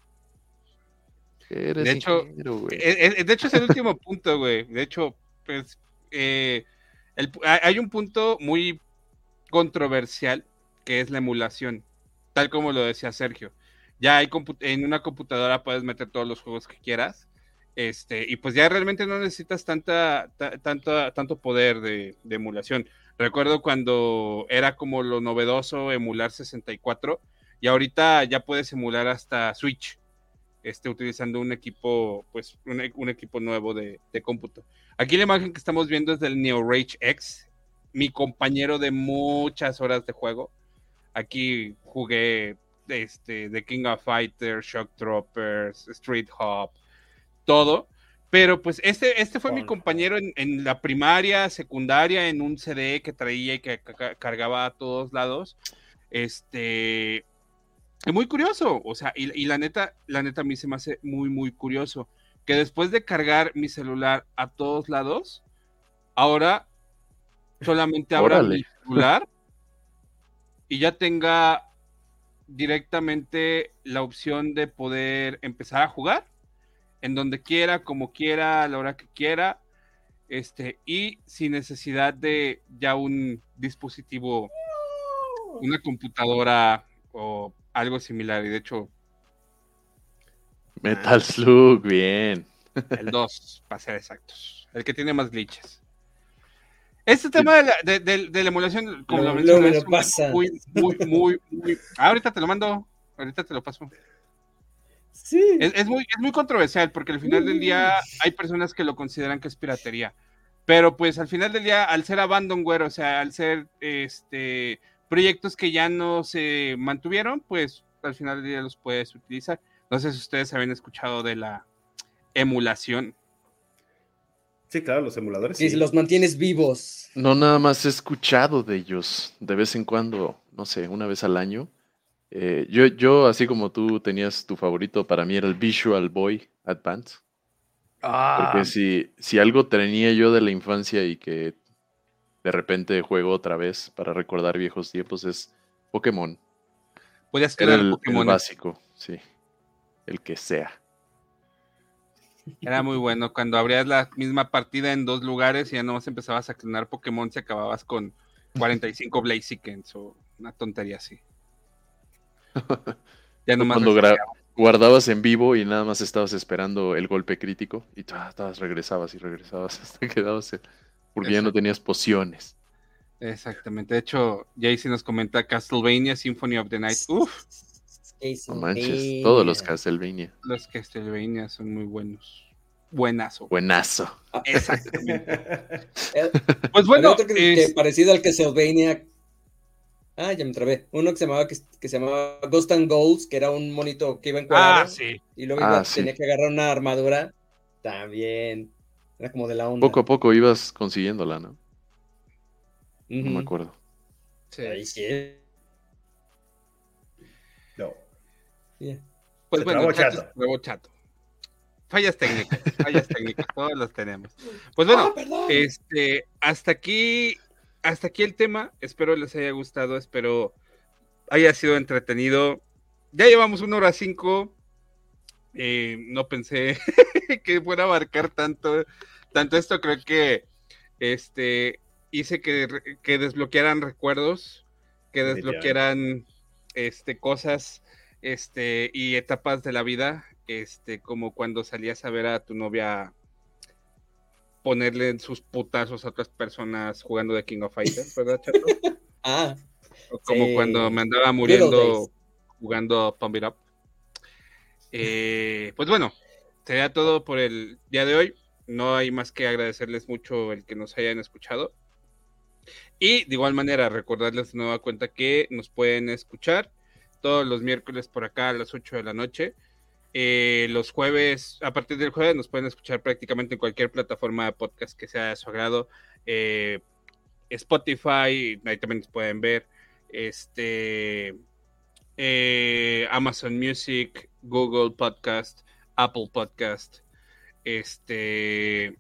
Eres de hecho, güey. Es, de hecho es el último punto, güey. De hecho, pues, eh, el, hay un punto muy controversial que es la emulación, tal como lo decía Sergio. Ya hay en una computadora puedes meter todos los juegos que quieras. Este, y pues ya realmente no necesitas tanta, ta, tanta, tanto poder de, de emulación. Recuerdo cuando era como lo novedoso emular sesenta y cuatro, y ahorita ya puedes emular hasta Switch, este, utilizando un equipo, pues, un, un equipo nuevo de, de cómputo. Aquí la imagen que estamos viendo es del Neo Rage X, mi compañero de muchas horas de juego. Aquí jugué este, The King of Fighters, Shock Troopers, Street Hop, todo, pero pues este, este fue oh, mi compañero en, en la primaria, secundaria, en un C D que traía y que ca- cargaba a todos lados, este, muy curioso, o sea, y, y la neta, la neta a mí se me hace muy, muy curioso, que después de cargar mi celular a todos lados, ahora solamente abra Órale. mi celular y ya tenga directamente la opción de poder empezar a jugar en donde quiera, como quiera, a la hora que quiera, este, y sin necesidad de ya un dispositivo, una computadora o algo similar. Y de hecho, Metal Slug, bien. El dos, para ser exactos. El que tiene más glitches. Este tema de la, de, de, de la emulación, como no, lo mencioné, me es lo pasa. muy, muy, muy, muy... Ah, ahorita te lo mando, ahorita te lo paso. Sí. Es, es, muy, es muy controversial porque al final del día hay personas que lo consideran que es piratería, pero pues al final del día, al ser abandonware, o sea, al ser este proyectos que ya no se mantuvieron, pues al final del día los puedes utilizar. No sé si ustedes habían escuchado de la emulación. Sí, claro, los emuladores. Sí, sí. los mantienes vivos. No, nada más he escuchado de ellos de vez en cuando, no sé, una vez al año. Eh, yo, yo, así como tú tenías tu favorito, para mí era el Visual Boy Advance. Ah. Porque si, si algo tenía yo de la infancia y que de repente juego otra vez para recordar viejos tiempos es Pokémon. Podías Era crear el, Pokémon. el básico, sí. El que sea. Era muy bueno cuando abrías la misma partida en dos lugares y ya nomás empezabas a clonar Pokémon y acababas con cuarenta y cinco Blazikens o una tontería así. Ya nomás cuando gra- guardabas en vivo y nada más estabas esperando el golpe crítico y estabas, regresabas y regresabas hasta que quedabas porque Exacto. ya no tenías pociones. Exactamente. De hecho, Jaycee nos comenta Castlevania Symphony of the Night. Uf. No manches, todos los Castlevania. Los Castlevania son muy buenos. Buenazo. Buenazo. Exactamente. Pues bueno, otro que, es... que parecido al Castlevania Ah, ya me trabé. Uno que se llamaba, que, que se llamaba Ghost and Goals, que era un monito que iba encuadrado. Ah, sí. Y luego iba, Ah, sí. tenía que agarrar una armadura. También. Era como de la onda. Poco a poco ibas consiguiéndola, ¿no? Ujú. No me acuerdo. Sí. Ahí sí. No. Yeah. Pues Se bueno, trabó chato, Chato. se trabó Chato. Fallas técnicas, fallas técnicas, todas las tenemos. Pues bueno, Ah, perdón. este, hasta aquí, hasta aquí el tema. Espero les haya gustado, espero haya sido entretenido. Ya llevamos una hora cinco. Eh, no pensé que fuera a abarcar tanto, tanto esto. Creo que este hice que, que desbloquearan recuerdos, que desbloquearan este, cosas este, y etapas de la vida. Este, como cuando salías a ver a tu novia ponerle sus putazos a otras personas jugando de King of Fighters, ¿verdad, Chato? Ah, O como sí. cuando me andaba Good old muriendo days. jugando Pump It Up. Eh, pues bueno, sería todo por el día de hoy. No hay más que agradecerles mucho el que nos hayan escuchado. Y de igual manera, recordarles de nueva cuenta que nos pueden escuchar todos los miércoles por acá a las ocho de la noche. Eh, los jueves, a partir del jueves, nos pueden escuchar prácticamente en cualquier plataforma de podcast que sea de su agrado. Eh, Spotify, ahí también nos pueden ver. Este, eh, Amazon Music, Google Podcast, Apple Podcast. Este,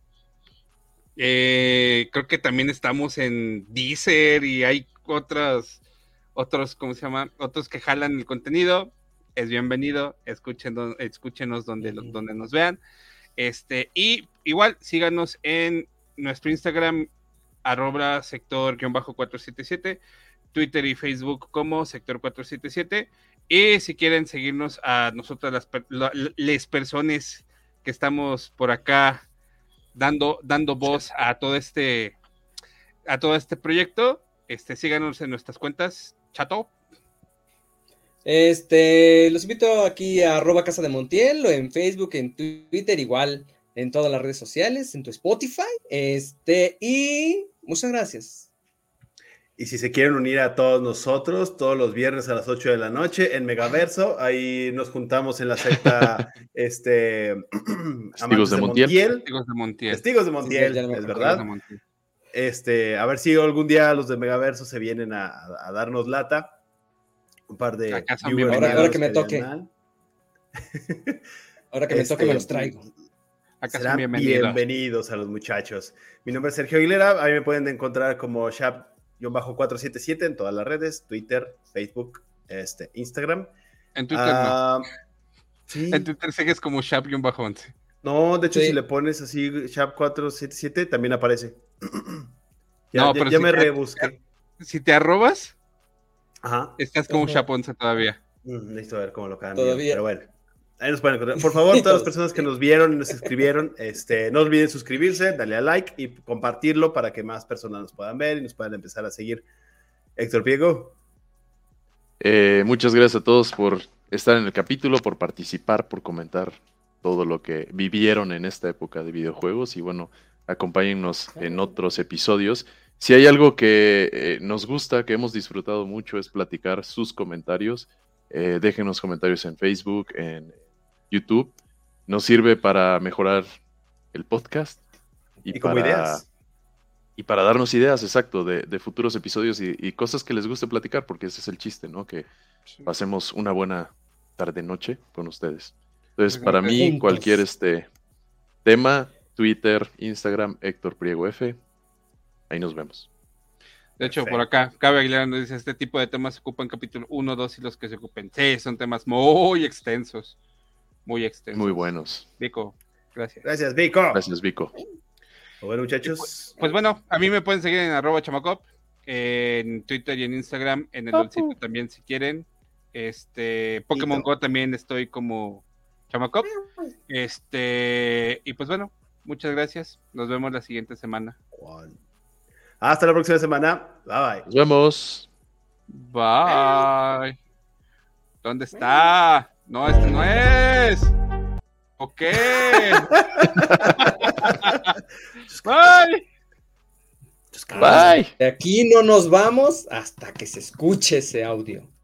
eh, creo que también estamos en Deezer y hay otras, otros, ¿cómo se llama? Otros que jalan el contenido. Es bienvenido, escúchenos, escúchenos donde, Ujú. donde nos vean. Este, y igual síganos en nuestro Instagram, arroba sector cuatro siete siete, Twitter y Facebook como sector cuatro siete siete. Y si quieren seguirnos a nosotras las, las personas que estamos por acá dando, dando voz a todo este a todo este proyecto, este, síganos en nuestras cuentas, Chato. Este, los invito aquí a arroba Casa de Montiel, o en Facebook, en Twitter, igual en todas las redes sociales, en tu Spotify. Este, y muchas gracias. Y si se quieren unir a todos nosotros, todos los viernes a las ocho de la noche en Megaverso, ahí nos juntamos en la secta este, Testigos de Montiel. Testigos de Montiel. Testigos de Montiel, Sí, ya no me es acuerdo. verdad. Este, a ver si algún día los de Megaverso se vienen a, a darnos lata. Un par de Acá son viewers bienvenidos. Ahora, ahora que me nuevos toque. dan. Ahora que me Este, toque me los traigo. Acá son Serán bienvenidos. bienvenidos a los muchachos. Mi nombre es Sergio Aguilera. A mí me pueden encontrar como Shap cuatro siete siete en todas las redes: Twitter, Facebook, este, Instagram. En Twitter Ah, sí. no. En Twitter sigues como Shap-once. No, de hecho, Sí. si le pones así Shap cuatro siete siete, también aparece. ya No, ya, pero ya si me te- rebusqué. Si te arrobas, Ajá. estás como Ajá. Shap-once todavía. Mm, necesito ver cómo lo cambio. Todavía. Pero bueno. Ahí nos pueden encontrar. Por favor, todas las personas que nos vieron y nos escribieron, este, no olviden suscribirse, darle a like y compartirlo para que más personas nos puedan ver y nos puedan empezar a seguir. Héctor Piego. Eh, muchas gracias a todos por estar en el capítulo, por participar, por comentar todo lo que vivieron en esta época de videojuegos y bueno, acompáñennos en otros episodios. Si hay algo que eh, nos gusta, que hemos disfrutado mucho, es platicar sus comentarios. Eh, déjenos comentarios en Facebook, en YouTube. Nos sirve para mejorar el podcast y, Y como para, ideas. y para darnos ideas, exacto, de, de futuros episodios y, y cosas que les guste platicar, porque ese es el chiste, ¿no? Que pasemos una buena tarde-noche con ustedes. Entonces, Pues, para mí, juntos. cualquier este tema, Twitter, Instagram, Héctor Priego F, ahí nos vemos. De hecho, Perfecto. por acá, Cabe Aguilera nos dice, este tipo de temas se ocupan capítulo uno, dos y los que se ocupen. Sí, son temas muy extensos. Muy extensos. Muy buenos. Vico, gracias. Gracias, Vico. Gracias, Vico. Bueno, muchachos. Pues bueno, a mí me pueden seguir en arroba chamacop, en Twitter y en Instagram, en el Dolcito también si quieren. Este, Pokémon Listo. Go también estoy como chamacop. Este, y pues bueno, muchas gracias. Nos vemos la siguiente semana. Juan. Hasta la próxima semana. Bye bye. Nos vemos. Bye. ¿Dónde está? No, este no es. Ok. Bye. suscríbanse. Bye. De aquí no nos vamos hasta que se escuche ese audio.